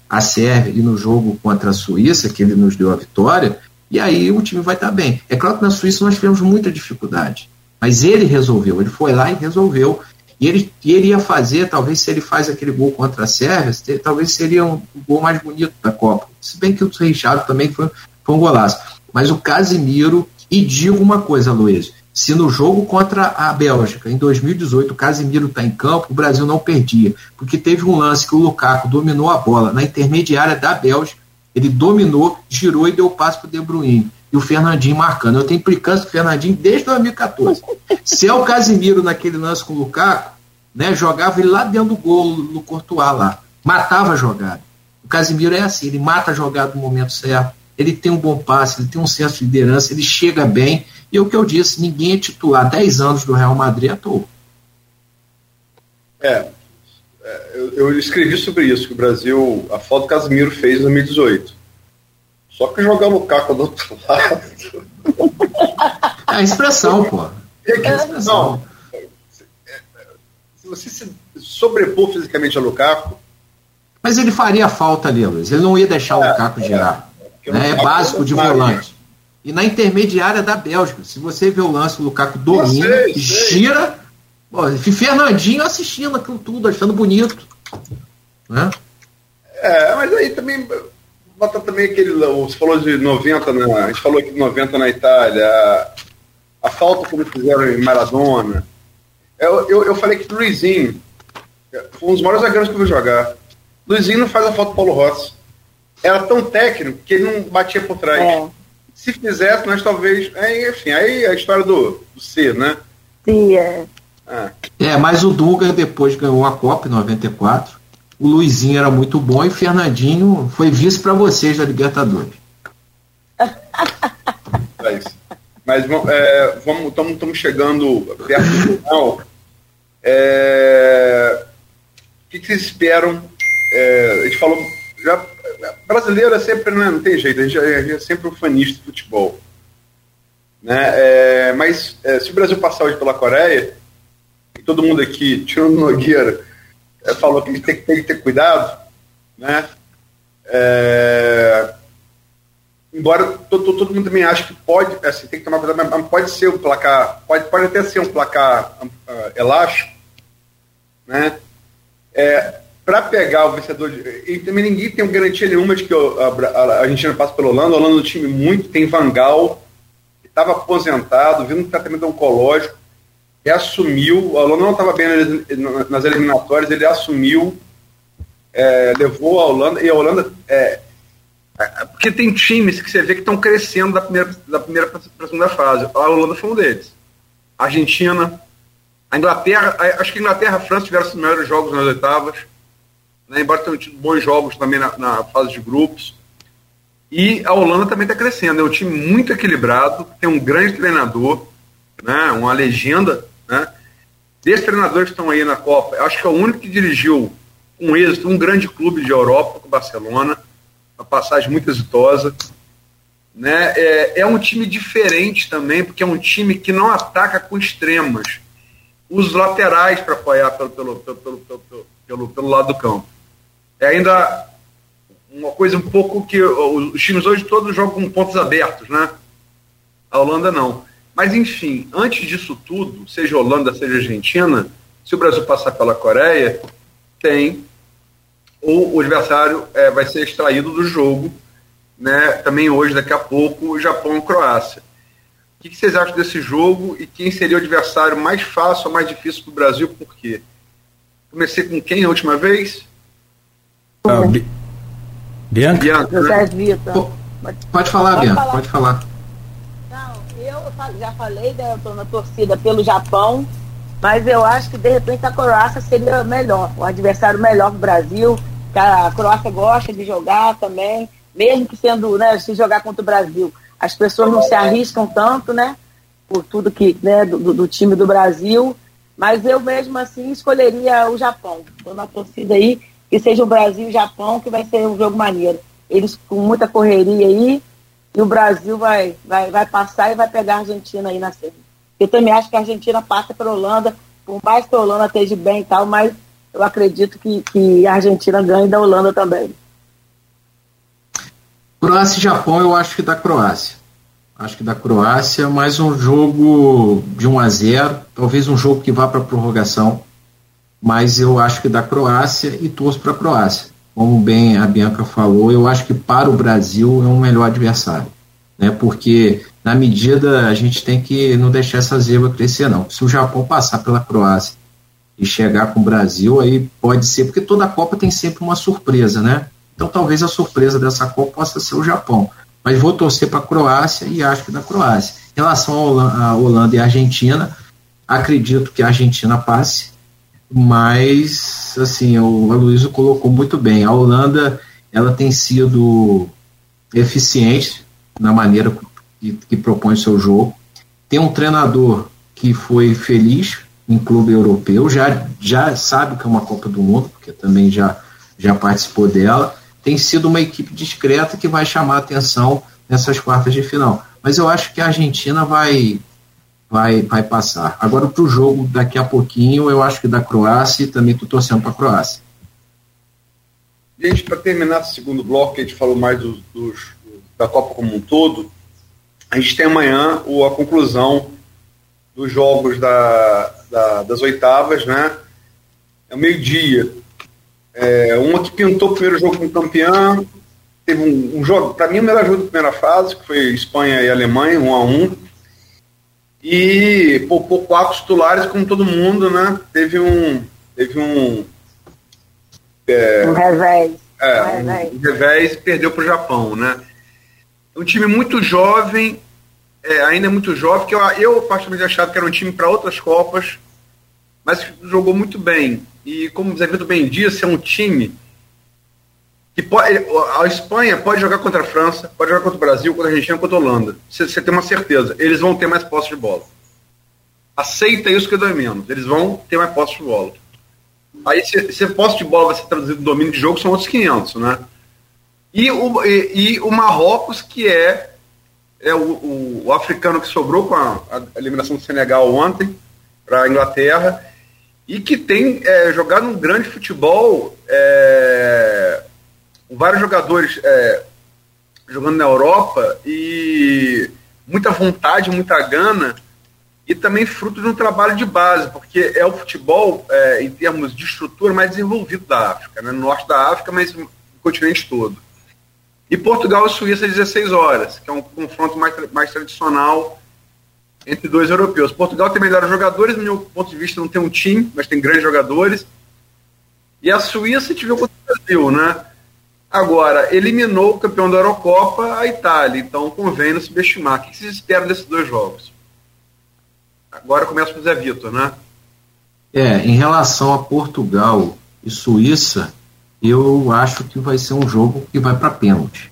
a Sérvia e no jogo contra a Suíça, que ele nos deu a vitória, e aí o time vai estar bem. É claro que na Suíça nós tivemos muita dificuldade, mas ele resolveu, ele foi lá e resolveu, e ele, e ele ia fazer, talvez se ele faz aquele gol contra a Sérvia, talvez seria um, um gol mais bonito da Copa, se bem que o Richarlison também foi, foi um golaço, mas o Casemiro, e digo uma coisa, Luiz, se no jogo contra a Bélgica, em dois mil e dezoito, o Casemiro está em campo, o Brasil não perdia, porque teve um lance que o Lukaku dominou a bola na intermediária da Bélgica, ele dominou, girou e deu passe para o De Bruyne, e o Fernandinho marcando. Eu tenho implicância com o Fernandinho desde dois mil e catorze. Se é o Casemiro naquele lance com o Lukaku, né, jogava ele lá dentro do gol, no Courtois lá, matava a jogada. O Casemiro é assim, ele mata a jogada no momento certo, ele tem um bom passe, ele tem um senso de liderança, ele chega bem, e o que eu disse, ninguém é titular dez anos do Real Madrid à toa. É, eu, eu escrevi sobre isso, que o Brasil, a falta que o Casemiro fez em dois mil e dezoito. Só que jogar o Lukaku do outro lado... É a expressão, pô. É que, é expressão. Não, se você se sobrepor fisicamente a Lukaku... Mas ele faria falta ali, Luiz. Ele não ia deixar é, o Lukaku girar. É, né? É básico de volante. E na intermediária da Bélgica, se você vê o lance, o Lukaku domina, sei, gira... Pô, Fernandinho assistindo aquilo tudo, achando bonito. Né? É, mas aí também... Bota também aquele... Você falou de noventa, né? A gente falou aqui de noventa na Itália, a, a falta como fizeram em Maradona. Eu, eu, eu falei que o Luizinho foi um dos maiores zagueiros que eu vi jogar. Luizinho não faz a falta do Paulo Rossi. Era tão técnico que ele não batia por trás. É. Se fizesse, nós talvez... Aí, enfim, aí a história do, do C, né? Sim, é. Ah. É, mas o Dunga depois ganhou a Copa em noventa e quatro. O Luizinho era muito bom e o Fernandinho foi vice para vocês da Libertadores. É isso. Mas é, vamos, estamos chegando perto do final. É, o que, que vocês esperam? É, a gente falou... Já, brasileiro é sempre, né, não tem jeito, a gente, a gente é sempre um fanista de futebol. Né? É, mas é, se o Brasil passar hoje pela Coreia, e todo mundo aqui, tirando Nogueira, é, falou que a gente tem, tem que ter cuidado, né? É, embora todo, todo mundo também ache que pode, assim, tem que tomar cuidado, mas pode ser um placar, pode, pode até ser um placar uh, elástico, né? É, para pegar o vencedor, de, e também ninguém tem garantia nenhuma de que a, a Argentina passa pela Holanda. A Holanda é um time muito, tem Van Gaal, que estava aposentado, vindo um tratamento oncológico, e assumiu, a Holanda não estava bem nas eliminatórias, ele assumiu, é, levou a Holanda, e a Holanda, é, porque tem times que você vê que estão crescendo da primeira, da primeira para a segunda fase, a Holanda foi um deles, a Argentina, a Inglaterra, acho que a Inglaterra e a França tiveram os melhores jogos nas oitavas, né, embora tenham tido bons jogos também na, na fase de grupos, e a Holanda também está crescendo, é um time muito equilibrado, tem um grande treinador, né, uma legenda, né? Desses treinadores que estão aí na Copa, acho que é o único que dirigiu com êxito um grande clube de Europa, com o Barcelona, uma passagem muito exitosa, né? É, é um time diferente também, porque é um time que não ataca com extremos, os laterais para apoiar pelo, pelo, pelo, pelo, pelo, pelo, pelo lado do campo. É ainda uma coisa um pouco que os times hoje todos jogam com pontos abertos, né? A Holanda não. Mas, enfim, antes disso tudo, seja Holanda, seja Argentina, se o Brasil passar pela Coreia, tem, ou o adversário é, vai ser extraído do jogo, né? Também hoje, daqui a pouco, o Japão e Croácia. O que, que vocês acham desse jogo e quem seria o adversário mais fácil ou mais difícil do Brasil? Por quê? Comecei com quem a última vez? Ah, Bi- Bianca? Bianca, né? Vitor. Pode falar, pode Bianca, falar. pode falar. Eu já falei, né, eu estou na torcida pelo Japão, mas eu acho que de repente a Croácia seria melhor, o adversário melhor do Brasil, que a Croácia gosta de jogar também, mesmo que sendo, né, se jogar contra o Brasil, as pessoas não se arriscam tanto, né, por tudo que, né, do, do time do Brasil, mas eu mesmo assim escolheria o Japão. Estou na torcida aí, que seja o Brasil e o Japão, que vai ser um jogo maneiro. Eles com muita correria aí, e o Brasil vai, vai, vai passar e vai pegar a Argentina aí na semi. Eu também acho que a Argentina passa para a Holanda, por mais que a Holanda esteja bem e tal, mas eu acredito que, que a Argentina ganhe da Holanda também. Croácia e Japão, eu acho que da Croácia. Acho que da Croácia, mais um jogo de um a zero, talvez um jogo que vá para a prorrogação, mas eu acho que da Croácia e torço para a Croácia. Como bem a Bianca falou, eu acho que para o Brasil é um melhor adversário, né? Porque na medida a gente tem que não deixar essa zebra crescer, não. Se o Japão passar pela Croácia e chegar com o Brasil, aí pode ser, porque toda a Copa tem sempre uma surpresa, né? Então talvez a surpresa dessa Copa possa ser o Japão. Mas vou torcer para a Croácia e acho que da Croácia. Em relação à Holanda e à Argentina, acredito que a Argentina passe, mas assim, o Aloysio colocou muito bem. A Holanda, ela tem sido eficiente na maneira que, que propõe o seu jogo. Tem um treinador que foi feliz em clube europeu, já, já sabe que é uma Copa do Mundo, porque também já, já participou dela. Tem sido uma equipe discreta que vai chamar a atenção nessas quartas de final. Mas eu acho que a Argentina vai, vai, vai passar. Agora, para o jogo, daqui a pouquinho, eu acho que da Croácia, e também estou torcendo para a Croácia. Gente, para terminar esse segundo bloco, que a gente falou mais dos, dos, da Copa como um todo, a gente tem amanhã o, a conclusão dos jogos da, da, das oitavas, né? É o meio-dia. É, uma que pintou o primeiro jogo como campeã, teve um, um jogo, para mim o melhor jogo da primeira fase, que foi Espanha e Alemanha, um a um, e poupou quatro titulares como todo mundo, né? Teve um teve um é, um revés é, um revés, um revés e perdeu para o Japão, né? Um time muito jovem, é, ainda é muito jovem, que eu, eu particularmente achava que era um time para outras Copas, mas jogou muito bem. E como o Zé Vitor bem disse, é um time que pode, a Espanha pode jogar contra a França, pode jogar contra o Brasil, contra a Argentina, contra a Holanda. Você, você tem uma certeza, eles vão ter mais posse de bola. Aceita isso que dói menos, eles vão ter mais posse de bola. Aí se, se posse de bola vai ser traduzido no domínio de jogo, são outros quinhentos, né? E o, e, e o Marrocos, que é, é o, o, o africano que sobrou com a, a eliminação do Senegal ontem para a Inglaterra, e que tem é, jogado um grande futebol, é, vários jogadores é, jogando na Europa, e muita vontade, muita gana, e também fruto de um trabalho de base, porque é o futebol, é, em termos de estrutura, mais desenvolvido da África, né? No norte da África, mas no continente todo. E Portugal e Suíça às dezesseis horas, que é um confronto mais, mais tradicional entre dois europeus. Portugal tem melhores jogadores, no meu ponto de vista não tem um time, mas tem grandes jogadores. E a Suíça tive contra o Brasil, né? Agora, eliminou o campeão da Eurocopa, a Itália, então convém não subestimar. O que vocês esperam desses dois jogos? Agora começa com o Zé Vitor, né? É, em relação a Portugal e Suíça, eu acho que vai ser um jogo que vai para pênalti.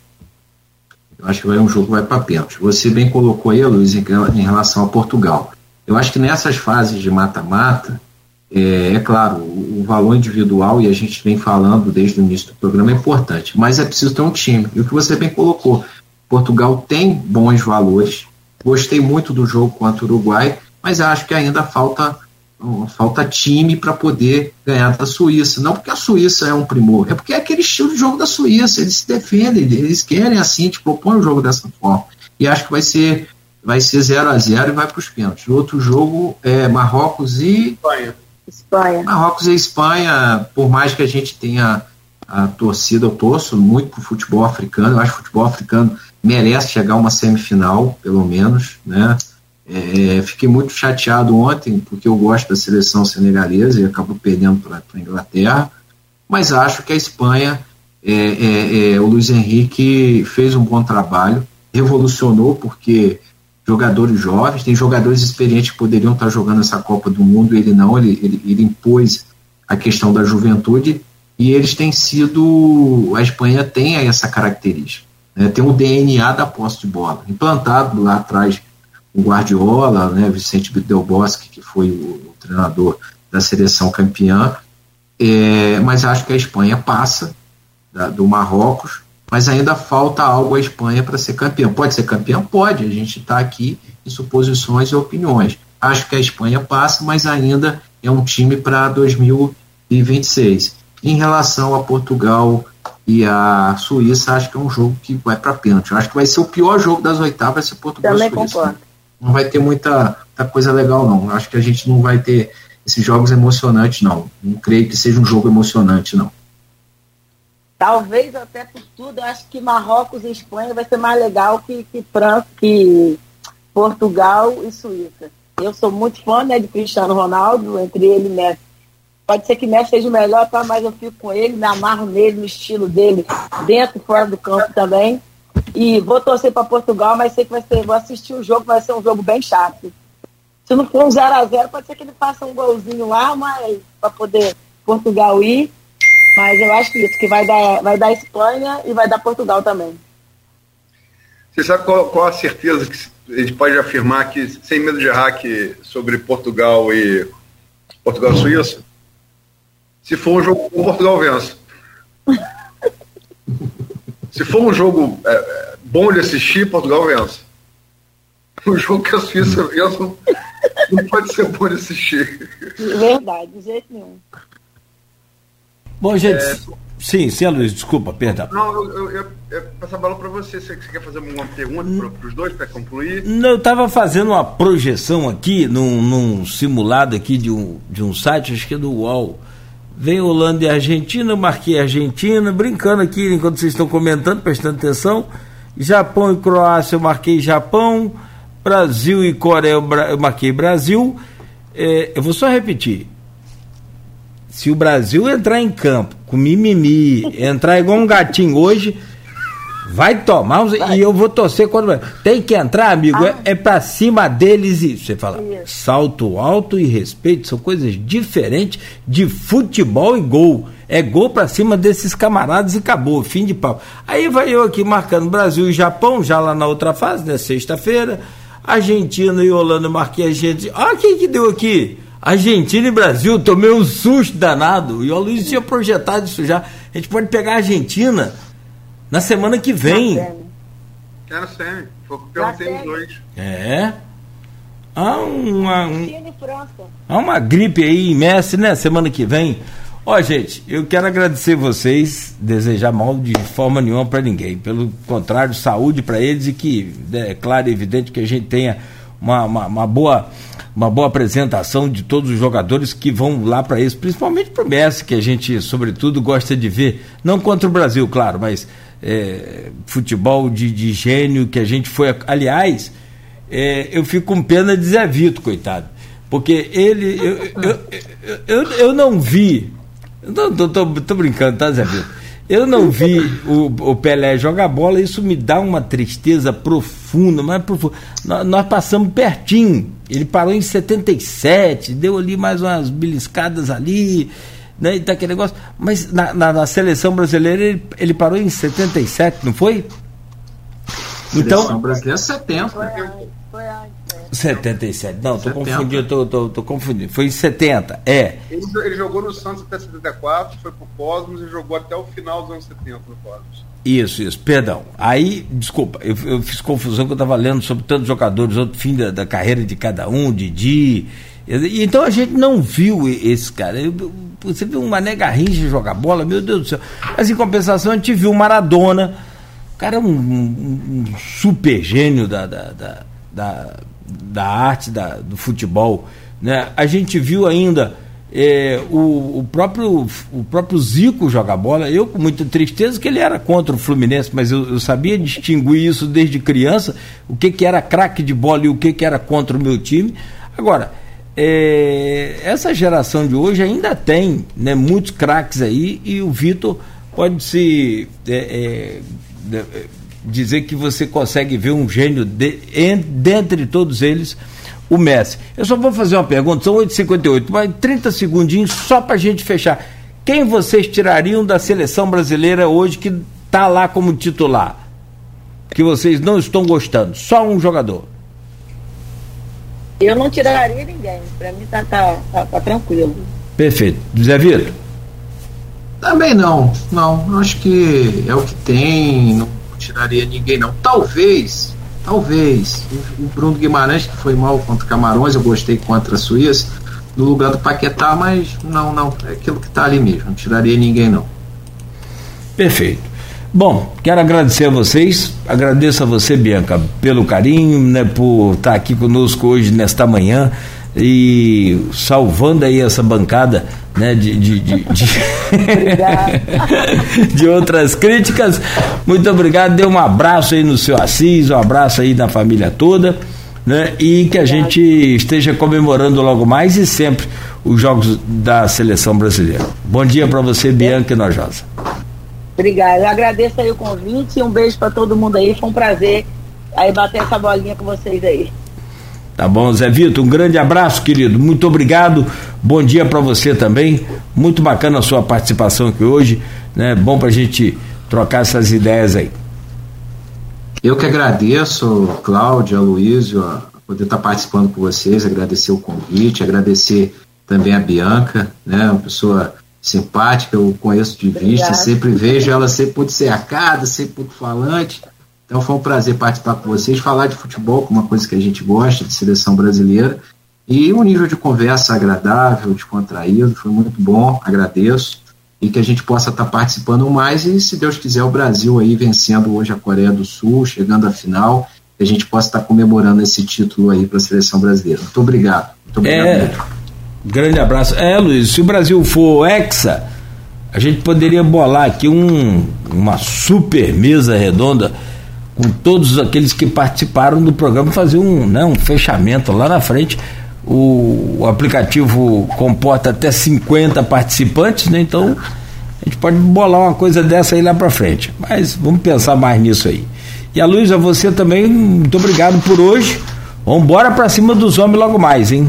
Eu acho que vai um jogo que vai para pênalti. Você bem colocou aí, Luiz, em, em relação a Portugal. Eu acho que nessas fases de mata-mata, é, é claro, o, o valor individual, e a gente vem falando desde o início do programa, é importante, mas é preciso ter um time. E o que você bem colocou, Portugal tem bons valores. Gostei muito do jogo contra o Uruguai, mas acho que ainda falta, falta time para poder ganhar da Suíça. Não porque a Suíça é um primor, é porque é aquele estilo de jogo da Suíça. Eles se defendem, eles querem assim, te propõem o jogo dessa forma. E acho que vai ser vai ser zero a zero e vai para os pênaltis. O outro jogo é Marrocos e Espanha. Espanha. Marrocos e Espanha, por mais que a gente tenha a torcida, eu torço muito para o futebol africano. Eu acho que o futebol africano merece chegar a uma semifinal, pelo menos, né? É, fiquei muito chateado ontem, porque eu gosto da seleção senegalesa e acabou perdendo para a Inglaterra, mas acho que a Espanha, é, é, é, o Luiz Henrique fez um bom trabalho, revolucionou, porque jogadores jovens, tem jogadores experientes que poderiam estar jogando essa Copa do Mundo, ele não, ele, ele, ele impôs a questão da juventude, e eles têm sido, a Espanha tem essa característica, né? Tem o D N A da posse de bola, implantado lá atrás o Guardiola, né, Vicente Del Bosque, que foi o, o treinador da seleção campeã, é, mas acho que a Espanha passa da, do Marrocos, mas ainda falta algo à Espanha para ser campeã. Pode ser campeã? Pode, a gente está aqui em suposições e opiniões. Acho que a Espanha passa, mas ainda é um time para dois mil e vinte e seis. Em relação a Portugal e a Suíça acho que é um jogo que vai para pênalti. Eu acho que vai ser o pior jogo das oitavas, vai ser Portugal e Suíça. Também concordo. Não vai ter muita, muita coisa legal, não. Eu acho que a gente não vai ter esses jogos emocionantes, não. Não creio que seja um jogo emocionante, não. Talvez até por tudo, eu acho que Marrocos e Espanha vai ser mais legal que, que França, que Portugal e Suíça. Eu sou muito fã, né, de Cristiano Ronaldo, entre ele e Messi. Pode ser que Messi seja o melhor, tá, mas eu fico com ele, me amarro nele, no estilo dele, dentro e fora do campo também. E vou torcer para Portugal, mas sei que vai ser, vou assistir o jogo, vai ser um jogo bem chato. Se não for um zero a zero, pode ser que ele faça um golzinho lá, mas para poder Portugal ir. Mas eu acho que isso, que vai dar, vai dar Espanha e vai dar Portugal também. Você sabe qual, qual a certeza que a gente pode afirmar que, sem medo de errar, que sobre Portugal e Portugal e Suíça? Se for um jogo, o Portugal vence. Se for um jogo é, bom de assistir, Portugal vence. Um jogo que a Suíça vence não, não pode ser bom de assistir. Verdade, de jeito nenhum. Bom, gente, é, sim, sim, Luiz, desculpa, perdão. Não, eu, eu, eu, eu passo a bola para você. Você quer fazer uma pergunta para os dois, para concluir? Não, eu estava fazendo uma projeção aqui, num, num simulado aqui de um, de um site, acho que é do U O L. Vem Holanda e Argentina, eu marquei Argentina, brincando aqui enquanto vocês estão comentando, prestando atenção. Japão e Croácia, eu marquei Japão. Brasil e Coreia, eu marquei Brasil. É, eu vou só repetir. Se o Brasil entrar em campo com mimimi, entrar igual um gatinho hoje, vai tomar uns, vai. E eu vou torcer quando tem que entrar, amigo, ah. é, é pra cima deles e você fala, isso. Salto alto e respeito são coisas diferentes de futebol e gol. É gol pra cima desses camaradas e acabou, fim de papo. Aí vai eu aqui marcando Brasil e Japão, já lá na outra fase, né, sexta-feira. Argentina e Holanda, marquei a gente. Olha quem que deu aqui. Argentina e Brasil, tomei um susto danado. E o Luiz tinha projetado isso já. A gente pode pegar a Argentina na semana que vem. Quero ser. Foi o que perguntei os dois. É. Há uma, um, há uma gripe aí em Messi, né? Semana que vem. Ó, gente, eu quero agradecer vocês, desejar mal de forma nenhuma para ninguém. Pelo contrário, saúde para eles e que é claro e evidente que a gente tenha uma, uma, uma boa... uma boa apresentação de todos os jogadores que vão lá para isso, principalmente para o Messi, que a gente, sobretudo, gosta de ver, não contra o Brasil, claro, mas é, futebol de, de gênio que a gente foi. Aliás, é, eu fico com pena de Zé Vito, coitado, porque ele, eu, eu, eu, eu, eu não vi, não, tô, tô, tô brincando, tá, Zé Vito? Eu não vi o, o Pelé jogar bola, isso me dá uma tristeza profunda, mas profunda. Nós, nós passamos pertinho, ele parou em setenta e sete, deu ali mais umas beliscadas ali, né, e tá aquele negócio, mas na, na, na seleção brasileira ele, ele parou em setenta e sete, não foi? Então, seleção brasileira setenta. Foi antes, foi antes. setenta e sete, não, tô confundindo, tô, tô, tô confundindo, foi em setenta, é. Ele, ele jogou no Santos até setenta e quatro, foi pro Cosmos e jogou até o final dos anos setenta no Cosmos. Isso, isso, perdão. Aí, desculpa, eu, eu fiz confusão que eu estava lendo sobre tantos jogadores, outro fim da, da carreira de cada um, Didi. Então a gente não viu esse cara. Eu, você viu um Mané Garrincha jogar bola, meu Deus do céu. Mas em compensação a gente viu o Maradona, o cara é um, um, um super gênio da, da, da, da, da arte, da, do futebol. Né? A gente viu ainda. É, o, o, próprio, o próprio Zico joga bola. Eu com muita tristeza que ele era contra o Fluminense, mas eu, eu sabia distinguir isso desde criança, o que que era craque de bola e o que que era contra o meu time. Agora, é, essa geração de hoje ainda tem, né, muitos craques aí, e o Vitor pode se é, é, dizer que você consegue ver um gênio de, en, dentre todos eles, o Messi. Eu só vou fazer uma pergunta, são oito e cinquenta e oito, mas trinta segundinhos só pra gente fechar. Quem vocês tirariam da seleção brasileira hoje que tá lá como titular? Que vocês não estão gostando? Só um jogador. Eu não tiraria ninguém, pra mim tá, tá, tá, tá tranquilo. Perfeito. Zé Vitor? Também não, não, acho que é o que tem, não tiraria ninguém não. Talvez Talvez o Bruno Guimarães, que foi mal contra Camarões, eu gostei contra a Suíça, no lugar do Paquetá, mas não, não, é aquilo que está ali mesmo, não tiraria ninguém não. Perfeito. Bom, quero agradecer a vocês, agradeço a você, Bianca, pelo carinho, né, por estar aqui conosco hoje, nesta manhã, e salvando aí essa bancada, né, de, de, de, de, de outras críticas. Muito obrigado, dê um abraço aí no seu Assis, um abraço aí na família toda, né, e que a gente esteja comemorando logo mais e sempre os jogos da seleção brasileira. Bom dia para você, Bianca e Nojosa. Obrigada, eu agradeço aí o convite e um beijo para todo mundo aí, foi um prazer aí bater essa bolinha com vocês aí. Tá bom, Zé Vitor, um grande abraço, querido, muito obrigado, bom dia para você também, muito bacana a sua participação aqui hoje, né? Bom pra gente trocar essas ideias aí. Eu que agradeço, Cláudio, Aloysio, a poder estar participando com vocês, agradecer o convite, agradecer também a Bianca, né? Uma pessoa simpática, eu conheço de vista, sempre vejo ela sempre muito cercada, sempre muito falante. Então foi um prazer participar com vocês, falar de futebol, que é uma coisa que a gente gosta, de seleção brasileira, e um nível de conversa agradável, descontraído, foi muito bom, agradeço, e que a gente possa estar participando mais, e se Deus quiser o Brasil aí vencendo hoje a Coreia do Sul, chegando à final, que a gente possa estar comemorando esse título aí para a seleção brasileira. Muito obrigado. Muito obrigado. É, grande abraço. É, Luiz, se o Brasil for hexa, a gente poderia bolar aqui um, uma super mesa redonda com todos aqueles que participaram do programa, fazer um, né, um fechamento lá na frente. O, o aplicativo comporta até cinquenta participantes, né? Então a gente pode bolar uma coisa dessa aí lá pra frente, mas vamos pensar mais nisso aí. E a Luísa, você também, muito obrigado por hoje, vamos embora pra cima dos homens logo mais, hein?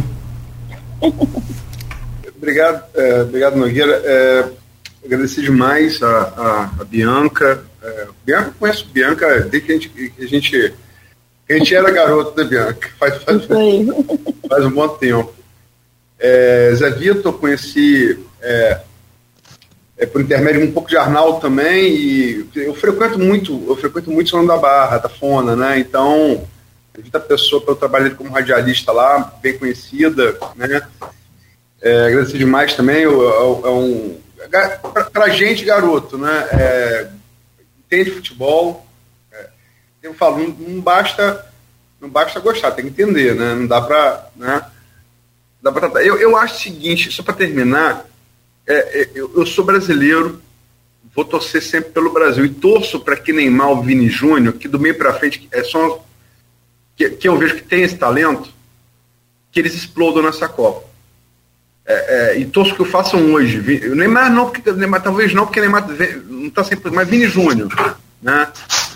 Obrigado, é, obrigado Nogueira, é, agradecer demais a, a, a Bianca. É, Bianca, eu conheço Bianca desde que a gente, que a gente, que a gente era garoto, né, Bianca? Faz, faz, faz, faz um bom tempo. É, Zé Vitor, conheci é, é, por intermédio um pouco de Arnaldo também, e eu frequento muito, eu frequento muito São da Barra, da Fona, né? Então, a pessoa, eu trabalhei como radialista lá, bem conhecida, né? É, agradecer demais também, é um, para a gente, garoto, né? É, entende futebol, é, eu falo, não, não basta não basta gostar, tem que entender, né? Não dá para, né? Dá para eu, eu acho o seguinte, só para terminar, é, é, eu, eu sou brasileiro, vou torcer sempre pelo Brasil e torço para que Neymar, o Vini Júnior, que do meio para frente é só que, que eu vejo que tem esse talento, que eles explodam nessa Copa. É, é, e torço que o façam hoje. Neymar não, porque Neymar, talvez não, porque Neymar não está sempre, mas Vini Júnior, né?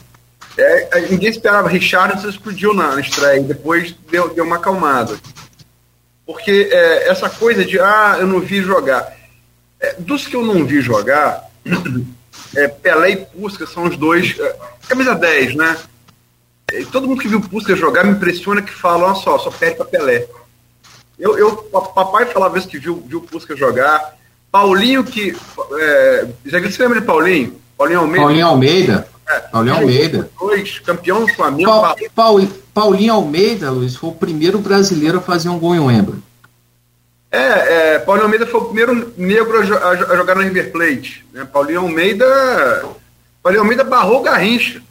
É, ninguém esperava. Richarlison explodiu na, na estreia e depois deu, deu uma acalmada, porque é, essa coisa de ah, eu não vi jogar, é, dos que eu não vi jogar, é, Pelé e Puskás são os dois, é, camisa dez, né? E todo mundo que viu Puskás jogar me impressiona, que fala, olha só, só perde para Pelé. Eu, eu, papai falava isso, que viu, viu o Puskás jogar. Paulinho, que. É, já que você lembra de Paulinho? Paulinho Almeida. Paulinho Almeida. É, Paulinho Almeida. Dois, campeão do Flamengo. Pa, Paul, Paulinho Almeida, Luiz, foi o primeiro brasileiro a fazer um gol em Wembley. É, é, Paulinho Almeida foi o primeiro negro a, a, a jogar no River Plate. Né? Paulinho Almeida. Paulinho Almeida barrou Garrincha.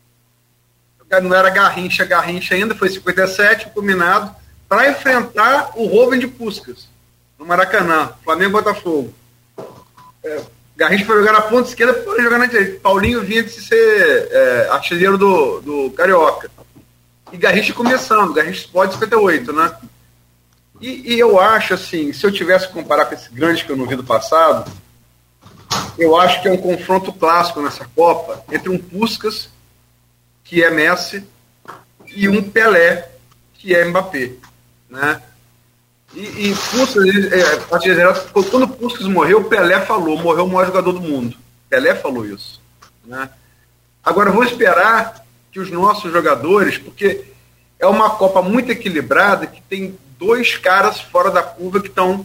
Não era Garrincha, Garrincha ainda, foi cinquenta e sete, combinado, para enfrentar o Robin de Puskás, no Maracanã, Flamengo e Botafogo. É, Garrincha foi jogar na ponta esquerda, foi jogar na direita. Paulinho vinha de ser é, artilheiro do, do Carioca. E Garrincha começando, Garrincha pode cinquenta e oito, né? E, e eu acho, assim, se eu tivesse que comparar com esse grande que eu não vi do passado, eu acho que é um confronto clássico nessa Copa entre um Puskás, que é Messi, e um Pelé, que é Mbappé, né? E, e Puskás, é, quando o Puskás morreu, o Pelé falou, morreu o maior jogador do mundo. Pelé falou isso, né? Agora, vou esperar que os nossos jogadores, porque é uma Copa muito equilibrada, que tem dois caras fora da curva que estão...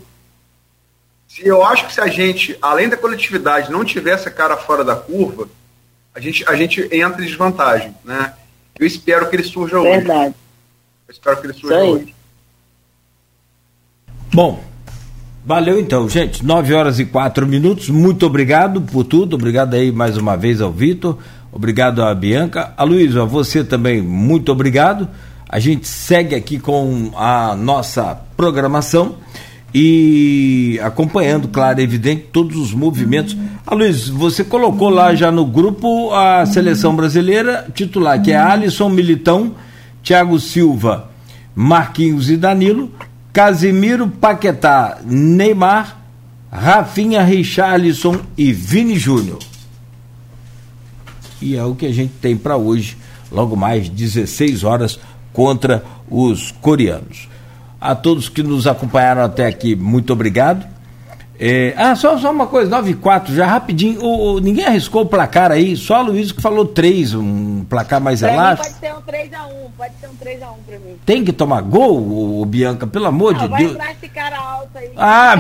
Eu acho que se a gente, além da coletividade, não tivesse a cara fora da curva, A gente, a gente entra em desvantagem, né? Eu espero que ele surja hoje. Verdade. Eu espero que ele surja hoje. Bom, Valeu então, gente, nove horas e quatro minutos, muito obrigado por tudo, obrigado aí mais uma vez ao Vitor, obrigado a Bianca, a Luísa, a você também, muito obrigado. A gente segue aqui com a nossa programação e acompanhando, claro, é evidente, todos os movimentos. A Luiz, você colocou lá já no grupo a seleção brasileira titular, que é Alisson, Militão, Thiago Silva, Marquinhos e Danilo, Casemiro, Paquetá, Neymar, Rafinha, Richarlison e Vini Júnior. E é o que a gente tem para hoje, logo mais dezesseis horas, contra os coreanos. A todos que nos acompanharam até aqui, muito obrigado. É, ah, só, só uma coisa, nove e quatro, já rapidinho, o, o, ninguém arriscou o placar aí, só a Luiz que falou três, um placar mais pra elástico. Mim pode ser um três a um, pode ser um três a um pra mim. Tem que tomar gol, o, o Bianca, pelo amor Não, de vai Deus. Vai entrar esse cara alto aí. Ah,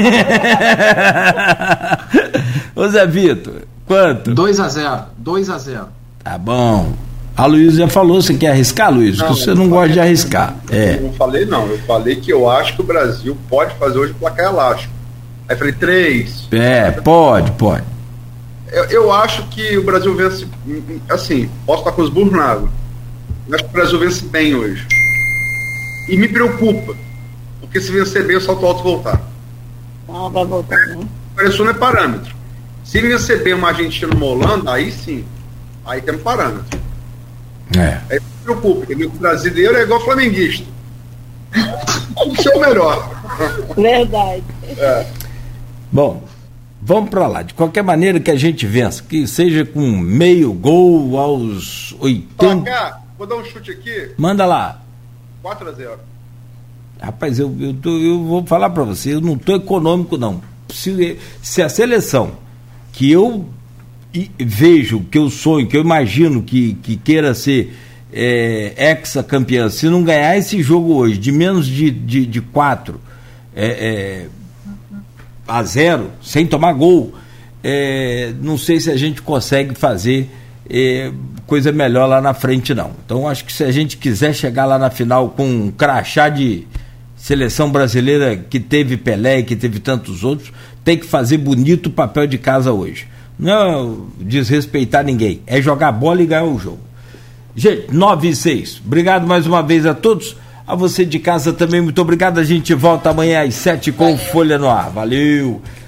ô Zé Vitor, quanto? dois a zero, dois a zero. Tá bom. A Luiz já falou, você quer arriscar, Luiz? Não, que você não gosta de arriscar. É. Eu não falei não, eu falei que eu acho que o Brasil pode fazer hoje placar elástico. Aí falei três. É, pode, pode. Eu, eu acho que o Brasil vence, assim, posso estar com os burros na água. Eu acho que o Brasil vence bem hoje. E me preocupa, porque se vencer bem, o salto alto voltar. Não, vai voltar não. Isso não é parâmetro. Se vencer bem uma Argentina, uma Holanda, aí sim, aí temos parâmetro. É. Aí me preocupa, porque o brasileiro é igual flamenguista. Tem que ser o melhor. Verdade. É. Bom, vamos para lá. De qualquer maneira que a gente vença, que seja com meio gol aos oitenta. Placar, vou dar um chute aqui. Manda lá. quatro a zero. Rapaz, eu, eu, tô, eu vou falar para você, eu não tô econômico não. Se, se a seleção que eu e vejo, que eu sonho, que eu imagino que, que queira ser é, ex-campeã, se não ganhar esse jogo hoje de menos de, de, de quatro é, é, a zero, sem tomar gol, é, não sei se a gente consegue fazer é, coisa melhor lá na frente não. Então acho que se a gente quiser chegar lá na final com um crachá de seleção brasileira que teve Pelé e que teve tantos outros, tem que fazer bonito o papel de casa hoje. Não desrespeitar ninguém, é jogar bola e ganhar o jogo. Gente, nove e seis, obrigado mais uma vez a todos, a você de casa também, muito obrigado, a gente volta amanhã às sete com Folha no Ar, valeu!